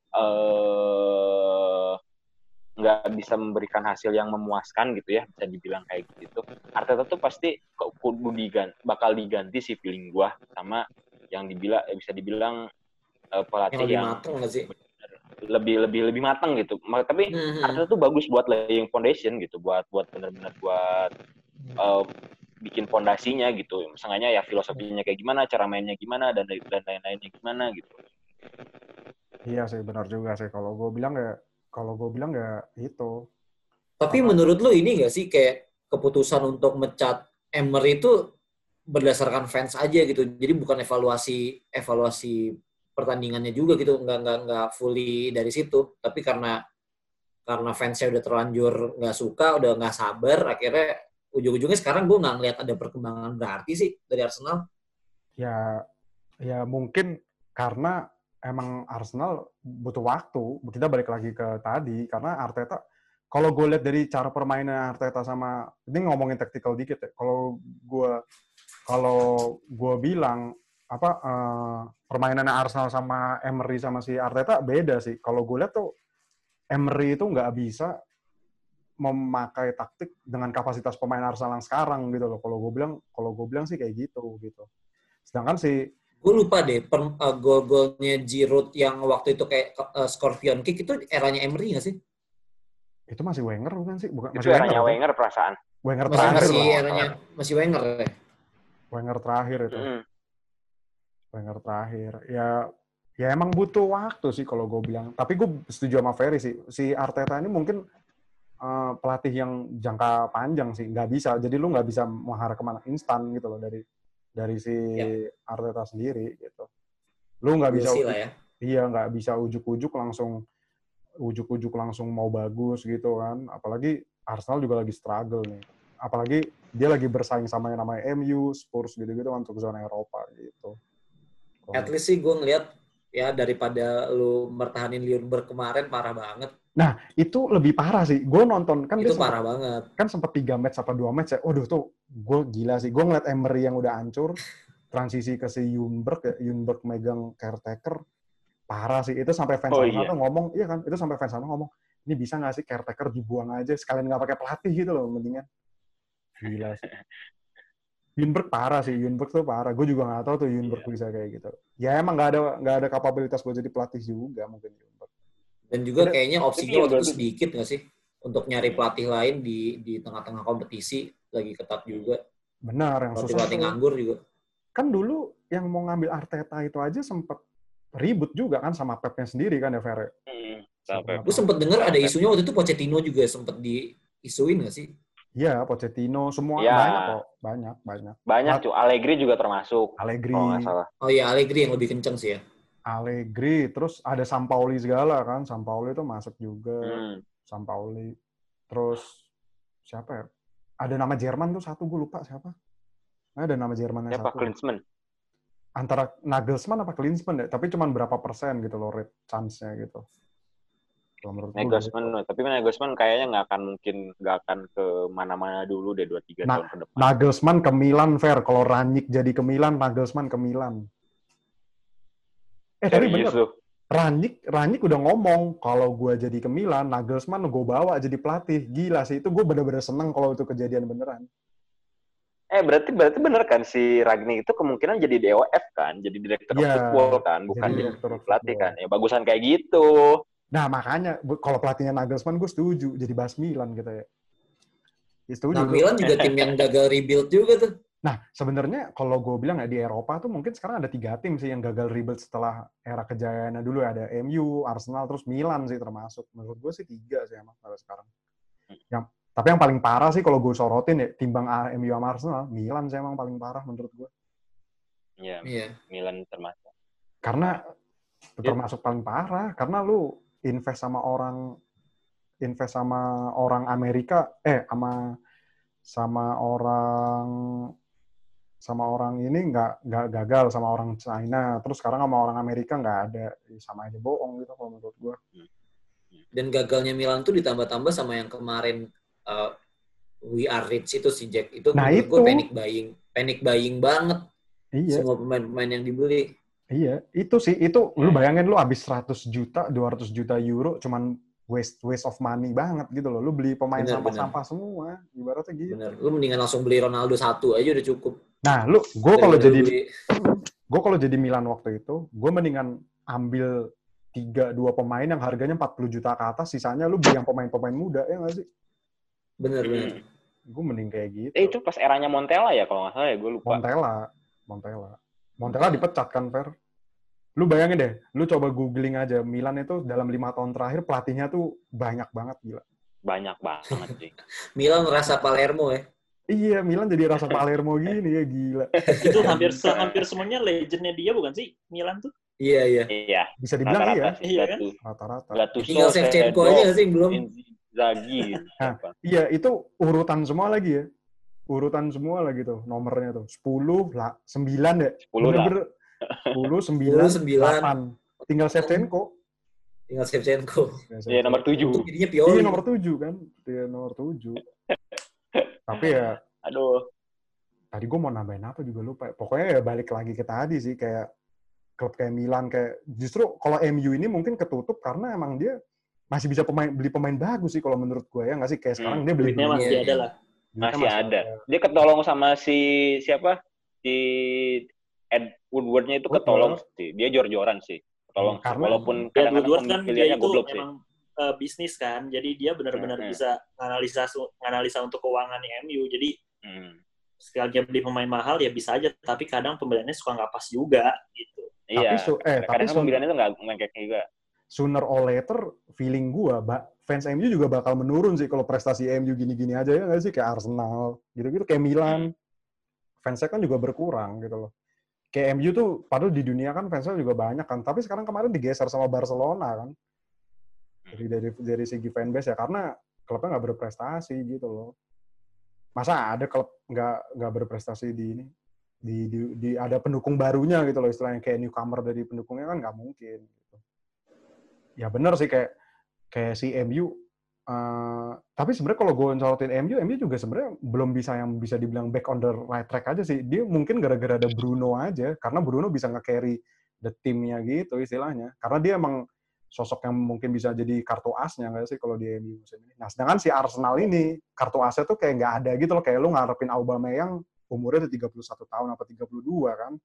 eh nggak bisa memberikan hasil yang memuaskan gitu ya, bisa dibilang kayak gitu. Arteta tuh pasti kudu diganti, bakal diganti sih feeling gue sama yang dibilang bisa dibilang Uh, pelatih yang, yang
matang, sih?
lebih lebih lebih matang gitu. Tapi mm-hmm. Arteta tuh bagus buat laying foundation gitu, buat buat benar-benar buat uh, bikin fondasinya gitu. Misalnya ya filosofinya kayak gimana, cara mainnya gimana dan dan lain-lainnya gimana gitu.
Iya sih benar juga sih. Kalau gue bilang ya, kalau gue bilang ya itu.
Tapi apa? Menurut lo ini nggak sih kayak keputusan untuk mencat Emery itu berdasarkan fans aja gitu. Jadi bukan evaluasi evaluasi pertandingannya juga gitu, nggak nggak nggak fully dari situ, tapi karena karena fansnya udah terlanjur nggak suka, udah nggak sabar, akhirnya ujung-ujungnya sekarang gue nggak ngeliat ada perkembangan berarti sih dari Arsenal.
Ya, ya mungkin karena emang Arsenal butuh waktu. Kita balik lagi ke tadi, karena Arteta, kalau gue lihat dari cara permainan Arteta sama, ini ngomongin tactical dikit ya, kalau gue kalau gue bilang, apa, uh, permainan Arsenal sama Emery sama si Arteta beda sih. Kalau gue lihat tuh, Emery itu nggak bisa memakai taktik dengan kapasitas pemain Arsenal yang sekarang gitu loh. Kalau gue bilang, kalau gue bilang sih kayak gitu gitu. Sedangkan si
gue lupa deh per, uh, gol-golnya Giroud yang waktu itu kayak uh, Scorpion Kick itu eranya Emery nggak sih?
Itu masih Wenger bukan sih? Bukan,
itu
masih
eranya
Wenger,
Wenger perasaan.
Wenger
masih,
terakhir
masih
lah.
eranya masih Wenger ya.
Wenger terakhir itu.
Mm.
Wenger terakhir. Ya ya emang butuh waktu sih kalau gue bilang. Tapi gue setuju sama Ferry sih. Si Arteta ini mungkin uh, pelatih yang jangka panjang sih. Nggak bisa. Jadi lu nggak bisa mengharap kemana instan gitu loh dari dari si ya. Arteta sendiri gitu. Lu nggak bisa ujuk, ya. Iya nggak bisa ujuk-ujuk langsung ujuk-ujuk langsung mau bagus gitu kan. Apalagi Arsenal juga lagi struggle nih. Apalagi dia lagi bersaing sama yang namanya M U, Spurs gitu-gitu kan untuk zona Eropa gitu.
At least sih gue ngeliat ya daripada lu mertahanin Ljungberg kemarin parah banget.
Nah itu lebih parah sih. Gue nonton kan
itu
dia
parah
sempet,
banget.
Kan sempat tiga match apa dua match ya. Waduh tuh gue gila sih. Gue ngeliat Emery yang udah hancur, transisi ke si Ljungberg ya, Ljungberg megang caretaker. Parah sih, itu sampai fans oh, Arsenal iya. tuh ngomong, iya kan, itu sampai fans Arsenal ngomong, ini bisa nggak sih caretaker dibuang aja, sekalian nggak pakai pelatih gitu loh, mendingan. Gila sih. Ljungberg parah sih, Ljungberg tuh parah. Gue juga nggak tahu tuh Ljungberg yeah. bisa kayak gitu. Ya emang nggak ada nggak ada kapabilitas buat jadi pelatih juga mungkin Ljungberg.
Dan juga Udah, kayaknya opsinya waktu itu sedikit nggak sih untuk nyari pelatih lain di di tengah-tengah kompetisi lagi ketat juga.
Benar, yang
pelatih
susah
pelatih nganggur juga.
Kan dulu yang mau ngambil Arteta itu aja sempet ribut juga kan sama Pep-nya sendiri kan ya, Fer?
Hmm,
gue sempet dengar ada isunya waktu itu Pochettino juga sempet diisuin nggak sih?
Iya, Pochettino, semua
ya.
banyak kok, banyak, banyak.
Banyak tuh, Allegri juga termasuk.
Allegri.
Kalau nggak salah.
Oh iya, Allegri yang lebih kenceng sih ya.
Allegri, terus ada Sampaoli segala kan, Sampaoli itu masuk juga,
hmm.
Sampaoli. Terus siapa ya? Ada nama Jerman tuh satu, gue lupa siapa. Ada nama Jermannya
siapa?
satu.
Klinsmann.
Antara Nagelsmann apa Klinsmann deh, tapi cuma berapa persen gitu loh rate chance-nya gitu.
Nagelsmann, gitu. Tapi Nagelsmann kayaknya nggak akan mungkin nggak akan ke mana-mana dulu deh dua tiga
nah,
tahun ke depan.
Nagelsmann ke Milan, Fer. Kalau Rangnick jadi ke Milan, Nagelsmann ke Milan. Eh, tapi bener. Rangnick, Rangnick udah ngomong, kalau gue jadi ke Milan, Nagelsmann gue bawa jadi pelatih. Gila sih, itu gue bener-bener seneng kalau itu kejadian beneran.
Eh berarti berarti bener kan si Rangnick itu kemungkinan jadi D O F kan, jadi direktur
ya,
football kan, bukan jadi, jadi pelatih kan. Ya bagusan kayak gitu.
Nah makanya kalau pelatihnya Nagelsmann gue setuju jadi bahas Milan gitu ya. ya setuju,
nah Milan juga tim yang gagal rebuild juga tuh.
Nah sebenarnya kalau gue bilang ya di Eropa tuh mungkin sekarang ada tiga tim sih yang gagal rebuild setelah era kejayaannya dulu ya. Ada M U, Arsenal, terus Milan sih termasuk. Menurut gue sih tiga sih emang sampai sekarang. Yang Tapi yang paling parah sih kalau gue sorotin ya, timbang M U sama Arsenal, Milan sih emang paling parah menurut gue.
Iya, yeah, Milan termasuk.
Karena termasuk paling parah, karena lu invest sama orang, invest sama orang Amerika, eh sama sama orang sama orang ini nggak nggak gagal sama orang China, terus sekarang sama orang Amerika nggak ada, sama aja bohong gitu kalau menurut gue.
Dan gagalnya Milan tuh ditambah-tambah sama yang kemarin. Uh, we are rich itu si Jack itu
nah
menurut
itu
gue panic buying panic buying banget
iya.
Semua pemain-pemain yang dibeli
iya itu sih itu lu bayangin lu habis seratus juta dua ratus juta euro cuman waste waste of money banget gitu loh, lu beli pemain bener, sampah-sampah bener. Semua ibaratnya gitu.
Bener. Lu mendingan langsung beli Ronaldo satu aja udah cukup.
Nah lu gue kalau jadi gue kalau jadi Milan waktu itu gue mendingan ambil tiga dua pemain yang harganya empat puluh juta ke atas, sisanya lu beli yang pemain-pemain muda, ya nggak sih?
Bener-bener.
Hmm. Gue mending kayak gitu.
Eh itu pas eranya Montella ya kalau nggak salah ya, gue lupa.
Montella. Montella. Montella dipecat kan, Fer? Lu bayangin deh, lu coba googling aja. Milan itu dalam lima tahun terakhir pelatihnya tuh banyak banget, gila.
Banyak banget sih.
Milan rasa Palermo ya?
Iya, Milan jadi rasa Palermo gini ya, gila.
Itu hampir hampir semuanya legendnya dia bukan sih, Milan tuh?
Iya, iya.
Iya.
Bisa dibilang
rata-rata,
iya.
Iya kan?
Rata-rata.
Tinggal Shevchenko aja nggak sih belum?
Zagi.
Nah, iya, itu urutan semua lagi ya. urutan semua lah gitu nomornya tuh. sepuluh lah, sembilan deh.
sepuluh lah.
Bener-bener sepuluh, sembilan, delapan. Tinggal Shevchenko.
Tinggal Shevchenko.
Iya, nomor tujuh.
Untuk jadinya Pioli.
Iya, nomor tujuh kan. Iya, nomor tujuh. Tapi ya,
aduh.
Tadi gue mau nambahin apa juga lupa. Pokoknya ya balik lagi ke tadi sih, kayak klub kayak Milan, kayak justru kalau M U ini mungkin ketutup karena emang dia masih bisa pemain beli pemain bagus sih kalau menurut gue ya nggak sih, kayak sekarang
Hmm,
dia beli
Duitnya masih
Iya,
ada
iya.
lah.
Masih, masih ada. ada. Dia ketolong sama si siapa? Si Ed Woodward-nya itu ketolong
Woodward.
sih. Dia jor-joran sih. Ketolong.
Karena,
walaupun
Ya,
kadang-kadang
Woodward kan dia
pemilihannya
itu
goblok sih.
emang uh, bisnis kan, jadi dia benar-benar
Hmm.
bisa analisa analisa untuk keuangannya M U. Jadi
Hmm.
sekali dia beli pemain mahal ya bisa aja, tapi kadang pembeliannya suka nggak pas juga gitu.
Iya.
su- eh, tapi
kadang-kadang
sun-
pemilihannya tuh nggak mengkek juga.
sooner or later feeling gua ba- fans M U juga bakal menurun sih kalau prestasi M U gini-gini aja ya nggak sih, kayak Arsenal gitu-gitu, kayak Milan fansnya kan juga berkurang gitu loh. Kayak M U tuh padahal di dunia kan fansnya juga banyak kan, tapi sekarang kemarin digeser sama Barcelona kan dari dari dari segi fanbase ya, karena klubnya nggak berprestasi gitu loh. Masa ada klub nggak nggak berprestasi di ini di, di di ada pendukung barunya gitu loh, istilahnya kayak newcomer dari pendukungnya kan nggak mungkin gitu. Ya benar sih kayak kayak si M U. Uh, tapi sebenarnya kalau gue sorotin M U, M U juga sebenarnya belum bisa yang bisa dibilang back on the right track aja sih. Dia mungkin gara-gara ada Bruno aja, karena Bruno bisa nge-carry the team-nya gitu istilahnya. Karena dia emang sosok yang mungkin bisa jadi kartu asnya nggak sih kalau di M U musim ini. Nah sedangkan si Arsenal ini kartu asnya tuh kayak nggak ada gitu loh. Kayak lu ngarepin Aubameyang umurnya udah tiga puluh satu tahun apa tiga puluh dua kan.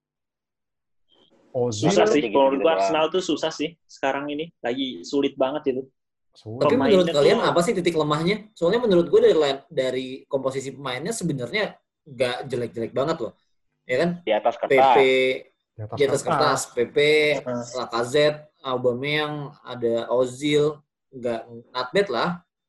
Ozil,
Susah sih,
gitu-gitu
kalau menurut gua
doang.
Arsenal tuh susah sih sekarang ini, lagi sulit banget itu.
sulit.
Tapi
Pemainnya
menurut kalian
tuh-
apa sih titik lemahnya? Soalnya menurut gue dari dari komposisi pemainnya sebenarnya nggak jelek-jelek banget loh. Ya kan?
Di atas
P P
kertas.
di atas,
di atas kertas, P P,
Uh.
Lacazette, Aubameyang, ada Ozil, nggak not bad lah.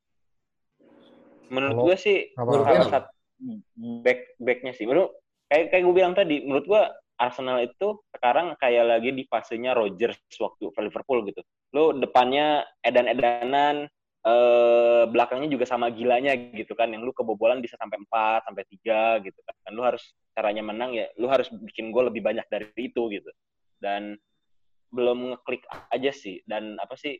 Menurut
Kalau-
gue sih
apa?
Menurut
salah
gue apa?
satu back backnya sih. Menurut kayak kayak gue bilang tadi, menurut gue Arsenal itu sekarang kayak lagi di fasenya Rodgers waktu Liverpool gitu. Lo depannya edan-edanan, eh, belakangnya juga sama gilanya gitu kan, yang lu kebobolan bisa sampai empat, sampai tiga gitu kan. Lu harus caranya menang ya, lu harus bikin gol lebih banyak dari itu gitu. Dan belum ngeklik aja sih, dan apa sih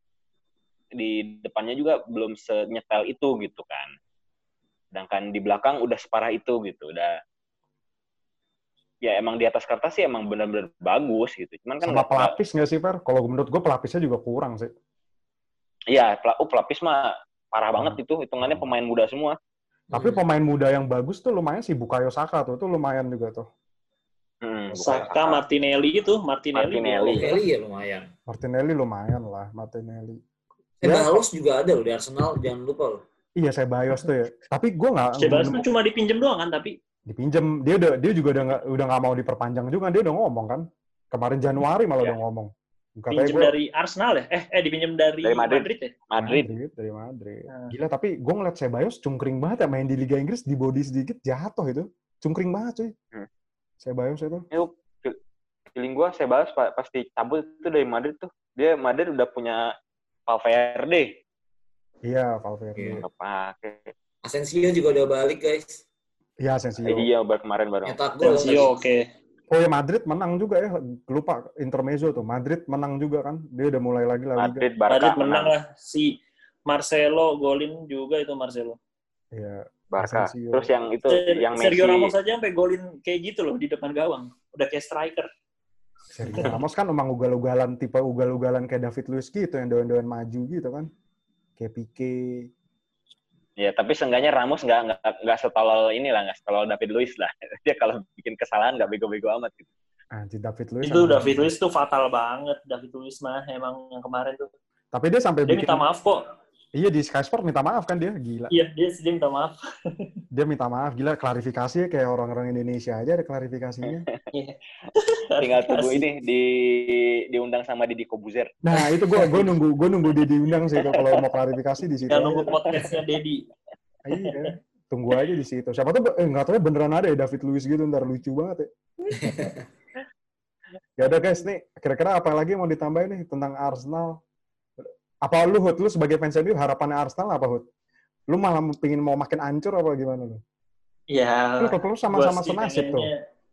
di depannya juga belum senyetel itu gitu kan. Sedangkan di belakang udah separah itu gitu, udah ya emang di atas kertas sih emang benar-benar bagus gitu. Cuman kan
sama
nggak-
pelapis nggak sih, Fer? Kalau menurut gue pelapisnya juga kurang sih.
Iya, pel- oh, pelapis mah parah
Hmm.
banget itu, hitungannya pemain muda semua.
Tapi
Hmm.
pemain muda yang bagus tuh lumayan sih, Bukayo Saka tuh, tuh lumayan juga tuh.
Hmm, bukan
Saka,
Saka.
Martinelli itu, Martinelli.
Martinelli.
dia-
Kelly ya lumayan.
Martinelli lumayan lah, Martinelli.
Eh,
Ya.
Balos juga ada loh di Arsenal, jangan lupa loh.
Iya, saya Bayos tuh ya. Tapi gue nggak
Ceballos
nemu-
tuh cuma dipinjem doang kan, tapi
dipinjem. Dia udah dia juga udah nggak udah nggak mau diperpanjang juga. Dia udah ngomong kan. Kemarin Januari malah
Ya.
udah ngomong. Katanya
pinjem
gue
dari Arsenal ya? Eh, eh dipinjem dari,
Dari Madrid.
Madrid ya?
Madrid.
Madrid, dari Madrid.
Nah.
Gila, tapi gue ngeliat Ceballos cungkring banget ya, main di Liga Inggris, di body sedikit jatuh itu. Cungkring banget cuy.
Hmm.
Ceballos itu.
Itu feeling gue saya balas pasti cabut itu dari Madrid tuh. Dia Madrid udah punya Valverde.
Iya, Valverde.
Iya.
Nggak pakai.
Asensio juga udah balik guys.
Iya, Asensio.
Iya, baru kemarin baru.
Nyetak gol.
Asensio oke.
Oh ya, Madrid menang juga ya. Lupa intermezzo tuh. Madrid menang juga kan. Dia udah mulai lagi La Liga.
Madrid, Barca
Madrid menang
menang.
lah. Si Marcelo golin juga itu Marcelo.
Iya.
Barca.
Asensio.
Terus yang itu
Ser-
yang Messi.
Sergio Ramos aja sampai golin kayak gitu loh di depan gawang. Udah kayak striker.
Sergio Ramos kan emang ugal-ugalan, tipe ugal-ugalan kayak David Luiz gitu, yang doan-doan maju gitu kan. Kayak Pique.
Ya, tapi seenggaknya Ramos nggak nggak nggak setolol inilah, nggak setolol David Luiz lah. Dia kalau bikin kesalahan nggak bego-bego amat gitu.
Anjir, David Luiz.
Itu
emang-
David Luiz tuh fatal banget. David Luiz mah emang yang kemarin tuh.
Tapi dia sampai
Dia
bikin...
minta maaf kok.
Iya, di Sky Sport minta maaf kan dia. Gila.
Iya, dia, dia minta maaf.
Dia minta maaf. Gila, klarifikasinya kayak orang-orang Indonesia aja ada klarifikasinya.
Tinggal tunggu ini di diundang sama Deddy Kobuzer.
Nah, itu gue gue nunggu gue nunggu dia diundang sih kalau mau klarifikasi di situ.
Yang
aja.
nunggu podcastnya Dedi.
Iya, tunggu aja di situ. Siapa tuh eh, nggak tahu ya beneran ada ya David Luiz gitu, ntar lucu banget ya. Ya udah guys, nih kira-kira apa lagi mau ditambahin nih tentang Arsenal? Apa lu Hud, lu sebagai fans M U harapannya Arsenal apa Hud? Lu malah pingin mau makin hancur apa gimana lu?
Ya,
Lu klub lu sama-sama senasib tuh.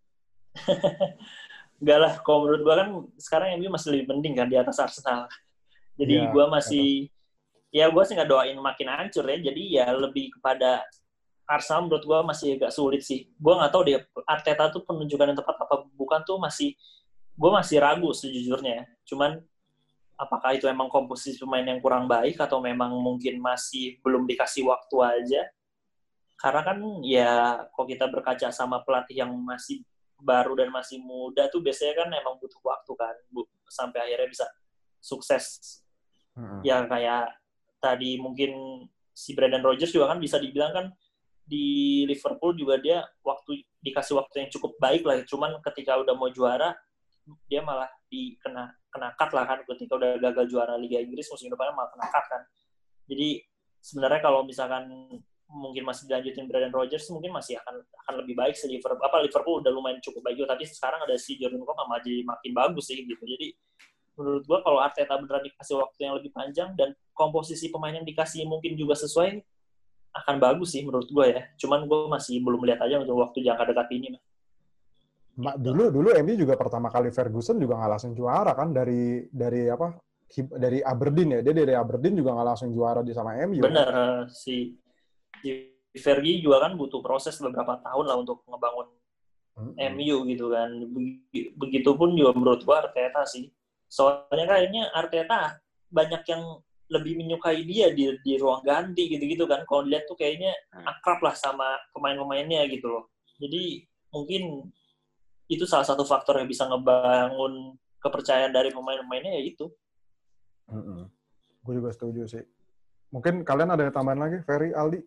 Enggak lah, kalau menurut gue kan sekarang M U masih lebih penting kan di atas Arsenal. Jadi
Iya,
gue masih, ya gue sih nggak doain makin hancur ya. Jadi ya lebih kepada Arsenal menurut gue masih agak sulit sih. Gue nggak tahu deh Arteta tuh penunjukan yang tepat apa bukan tuh masih, gue masih ragu sejujurnya. Cuman apakah itu emang komposisi pemain yang kurang baik atau memang mungkin masih belum dikasih waktu aja. Karena kan ya kalau kita berkaca sama pelatih yang masih baru dan masih muda tuh biasanya kan emang butuh waktu kan bu, sampai akhirnya bisa sukses. Hmm. Ya kayak tadi mungkin si Brendan Rodgers juga kan bisa dibilang kan di Liverpool juga dia waktu dikasih waktu yang cukup baik lah. Cuman ketika udah mau juara dia malah dikena kena cut lah kan ketika udah gagal juara Liga Inggris musim depannya malah kena cut kan. Jadi sebenarnya kalau misalkan mungkin masih dilanjutin Brendan Rodgers mungkin masih akan akan lebih baik sih Liverpool. Apa Liverpool udah lumayan cukup baik juga, tapi sekarang ada si Jurgen Klopp malah jadi makin bagus sih gitu. Jadi menurut gua kalau Arteta beneran dikasih waktu yang lebih panjang dan komposisi pemain yang dikasih mungkin juga sesuai akan bagus sih menurut gua ya. Cuman gua masih belum lihat aja untuk waktu jangka dekat ini.
Mak, dulu dulu M U juga pertama kali Ferguson juga nggak langsung juara kan dari dari apa dari Aberdeen ya, dia dari Aberdeen juga nggak langsung juara di sama M U.
Bener kan? si Di Fergie juga kan butuh proses beberapa tahun lah untuk ngebangun mm-hmm. M U gitu kan. Begitupun juga menurut gua Arteta sih. Soalnya kayaknya Arteta banyak yang lebih menyukai dia di, di ruang ganti gitu-gitu kan. Kalau dilihat tuh kayaknya akrab lah sama pemain-pemainnya gitu loh. Jadi mungkin itu salah satu faktor yang bisa ngebangun kepercayaan dari pemain-pemainnya ya itu.
Mm-hmm. Gue juga setuju sih. Mungkin kalian ada tambahan lagi, Ferry, Aldi?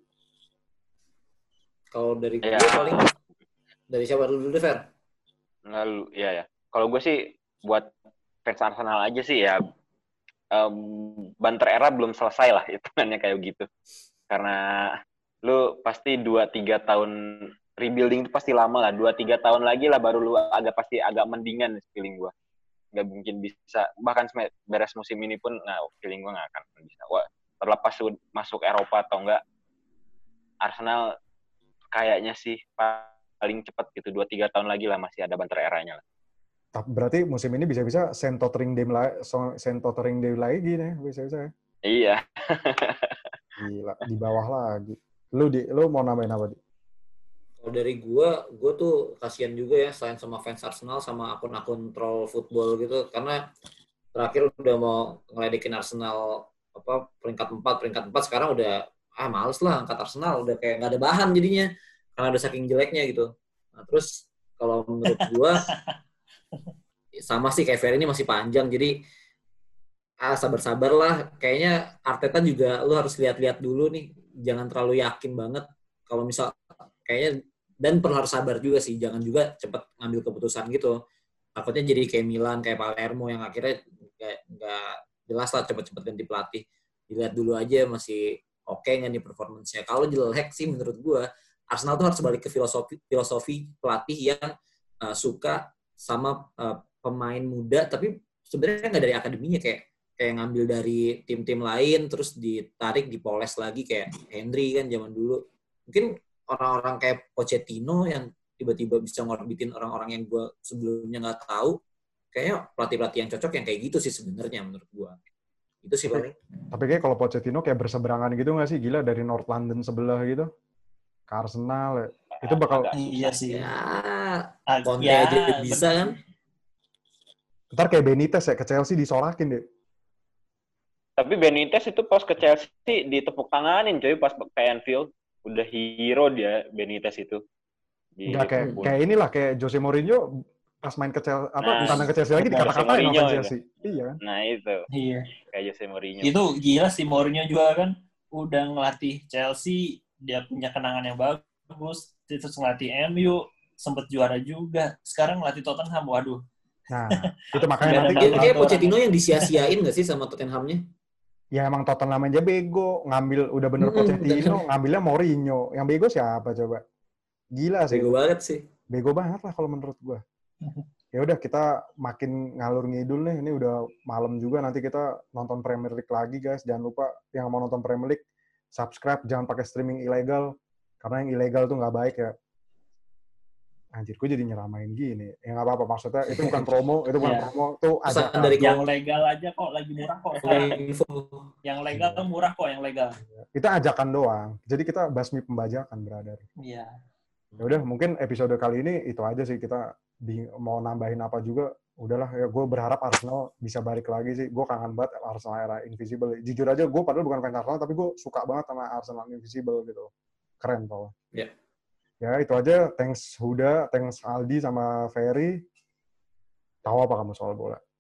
Kalau dari gue
ya.
paling dari siapa dulu deh, Fer?
Lalu ya ya. Kalau gue sih buat fans Arsenal aja sih ya um, banter era belum selesai lah hitungannya kayak gitu. Karena lu pasti dua tiga tahun rebuilding itu pasti lama lah. dua tiga tahun lagi lah baru lu agak pasti agak mendingan feeling gue. Nggak mungkin bisa bahkan beres musim ini pun nah feeling gue nggak akan bisa. Wah, terlepas masuk Eropa atau enggak Arsenal kayaknya sih paling cepat gitu dua tiga tahun lagi lah masih ada banter eranya lah.
Berarti musim ini bisa-bisa Saint Tottenham lagi, Saint Tottenham lagi nih, bisa-bisa.
Iya.
Gila, di bawah lagi. Lu di lu mau nambahin apa, Di?
Kalau dari gua, gua tuh kasihan juga ya selain sama fans Arsenal sama akun-akun troll football gitu karena terakhir udah mau ngeledekin Arsenal apa peringkat empat, peringkat empat sekarang udah ah males lah angkat Arsenal udah kayak nggak ada bahan jadinya karena udah saking jeleknya gitu. Nah, terus kalau menurut gua sama sih kayak Ferry ini masih panjang jadi ah sabar-sabar lah kayaknya Arteta juga lu harus lihat-lihat dulu nih jangan terlalu yakin banget kalau misal kayaknya dan perlu harus sabar juga sih jangan juga cepet ngambil keputusan gitu takutnya jadi kayak Milan kayak Palermo yang akhirnya nggak nggak jelas lah cepet-cepet ganti pelatih dilihat dulu aja masih oke okay nggak nih performance-nya. Kalau jelek sih menurut gue, Arsenal tuh harus balik ke filosofi filosofi pelatih yang uh, suka sama uh, pemain muda, tapi sebenarnya nggak dari akademinya kayak kayak ngambil dari tim-tim lain, terus ditarik, dipoles lagi kayak Henry kan zaman dulu. Mungkin orang-orang kayak Pochettino yang tiba-tiba bisa ngorbitin orang-orang yang gue sebelumnya nggak tahu, kayaknya pelatih-pelatih yang cocok yang kayak gitu sih sebenarnya menurut gue. Itu sih paling.
Tapi kayak kalau Pochettino kayak berseberangan gitu nggak sih? Gila dari North London sebelah gitu. Ke Arsenal ya. Itu bakal...
Iya sih.
Ya, Conte ya, aja bisa kan.
Ntar kayak Benitez ya, ke Chelsea disorakin deh.
Tapi Benitez itu pas ke Chelsea ditepuk tanganin coy pas ke Anfield. Udah hero dia Benitez itu.
Enggak kayak, kayak inilah, kayak Jose Mourinho pas main ke Chelsea, apa, nah, tandang ke Chelsea lagi dikata-katain sama Chelsea. Iya.
Nah itu.
Iya.
Kayak Jose Mourinho.
Itu gila sih Mourinho juga kan udah ngelatih Chelsea, dia punya kenangan yang bagus, terus ngelatih M U, sempet juara juga. Sekarang ngelatih Tottenham, waduh.
Nah, itu makanya nanti
kayak Pochettino yang disia-siain nggak sih sama Tottenhamnya?
Ya emang Tottenham aja bego, ngambil udah bener hmm, Pochettino, ngambilnya Mourinho. Yang bego siapa coba? Gila sih.
Bego banget sih.
Bego banget lah kalau menurut gua. Ya udah kita makin ngalur ngidul nih. Ini udah malam juga, nanti kita nonton Premier League lagi guys. Jangan lupa yang mau nonton Premier League subscribe, jangan pakai streaming ilegal. Karena yang ilegal tuh nggak baik ya. Anjir, gue jadi nyeramain gini. Ya nggak apa-apa, maksudnya itu bukan promo, itu bukan
Iya.
promo, itu
Pesan
ajakan.
dari
Yang legal aja kok lagi murah kok sekarang.
info.
Yang legal murah kok, yang legal.
Itu ajakan doang. Jadi kita basmi pembajakan, brother.
Iya.
Ya udah, mungkin episode kali ini itu aja sih. Kita di, mau nambahin apa juga, udahlah ya. Gue berharap Arsenal bisa balik lagi sih. Gue kangen banget Arsenal era Invisible. Jujur aja, gue padahal bukan fans Arsenal, tapi gue suka banget sama Arsenal Invisible gitu. Keren tau.
Ya.
Ya itu aja. Thanks Huda, thanks Aldi sama Ferry. Tahu apa kamu soal bola?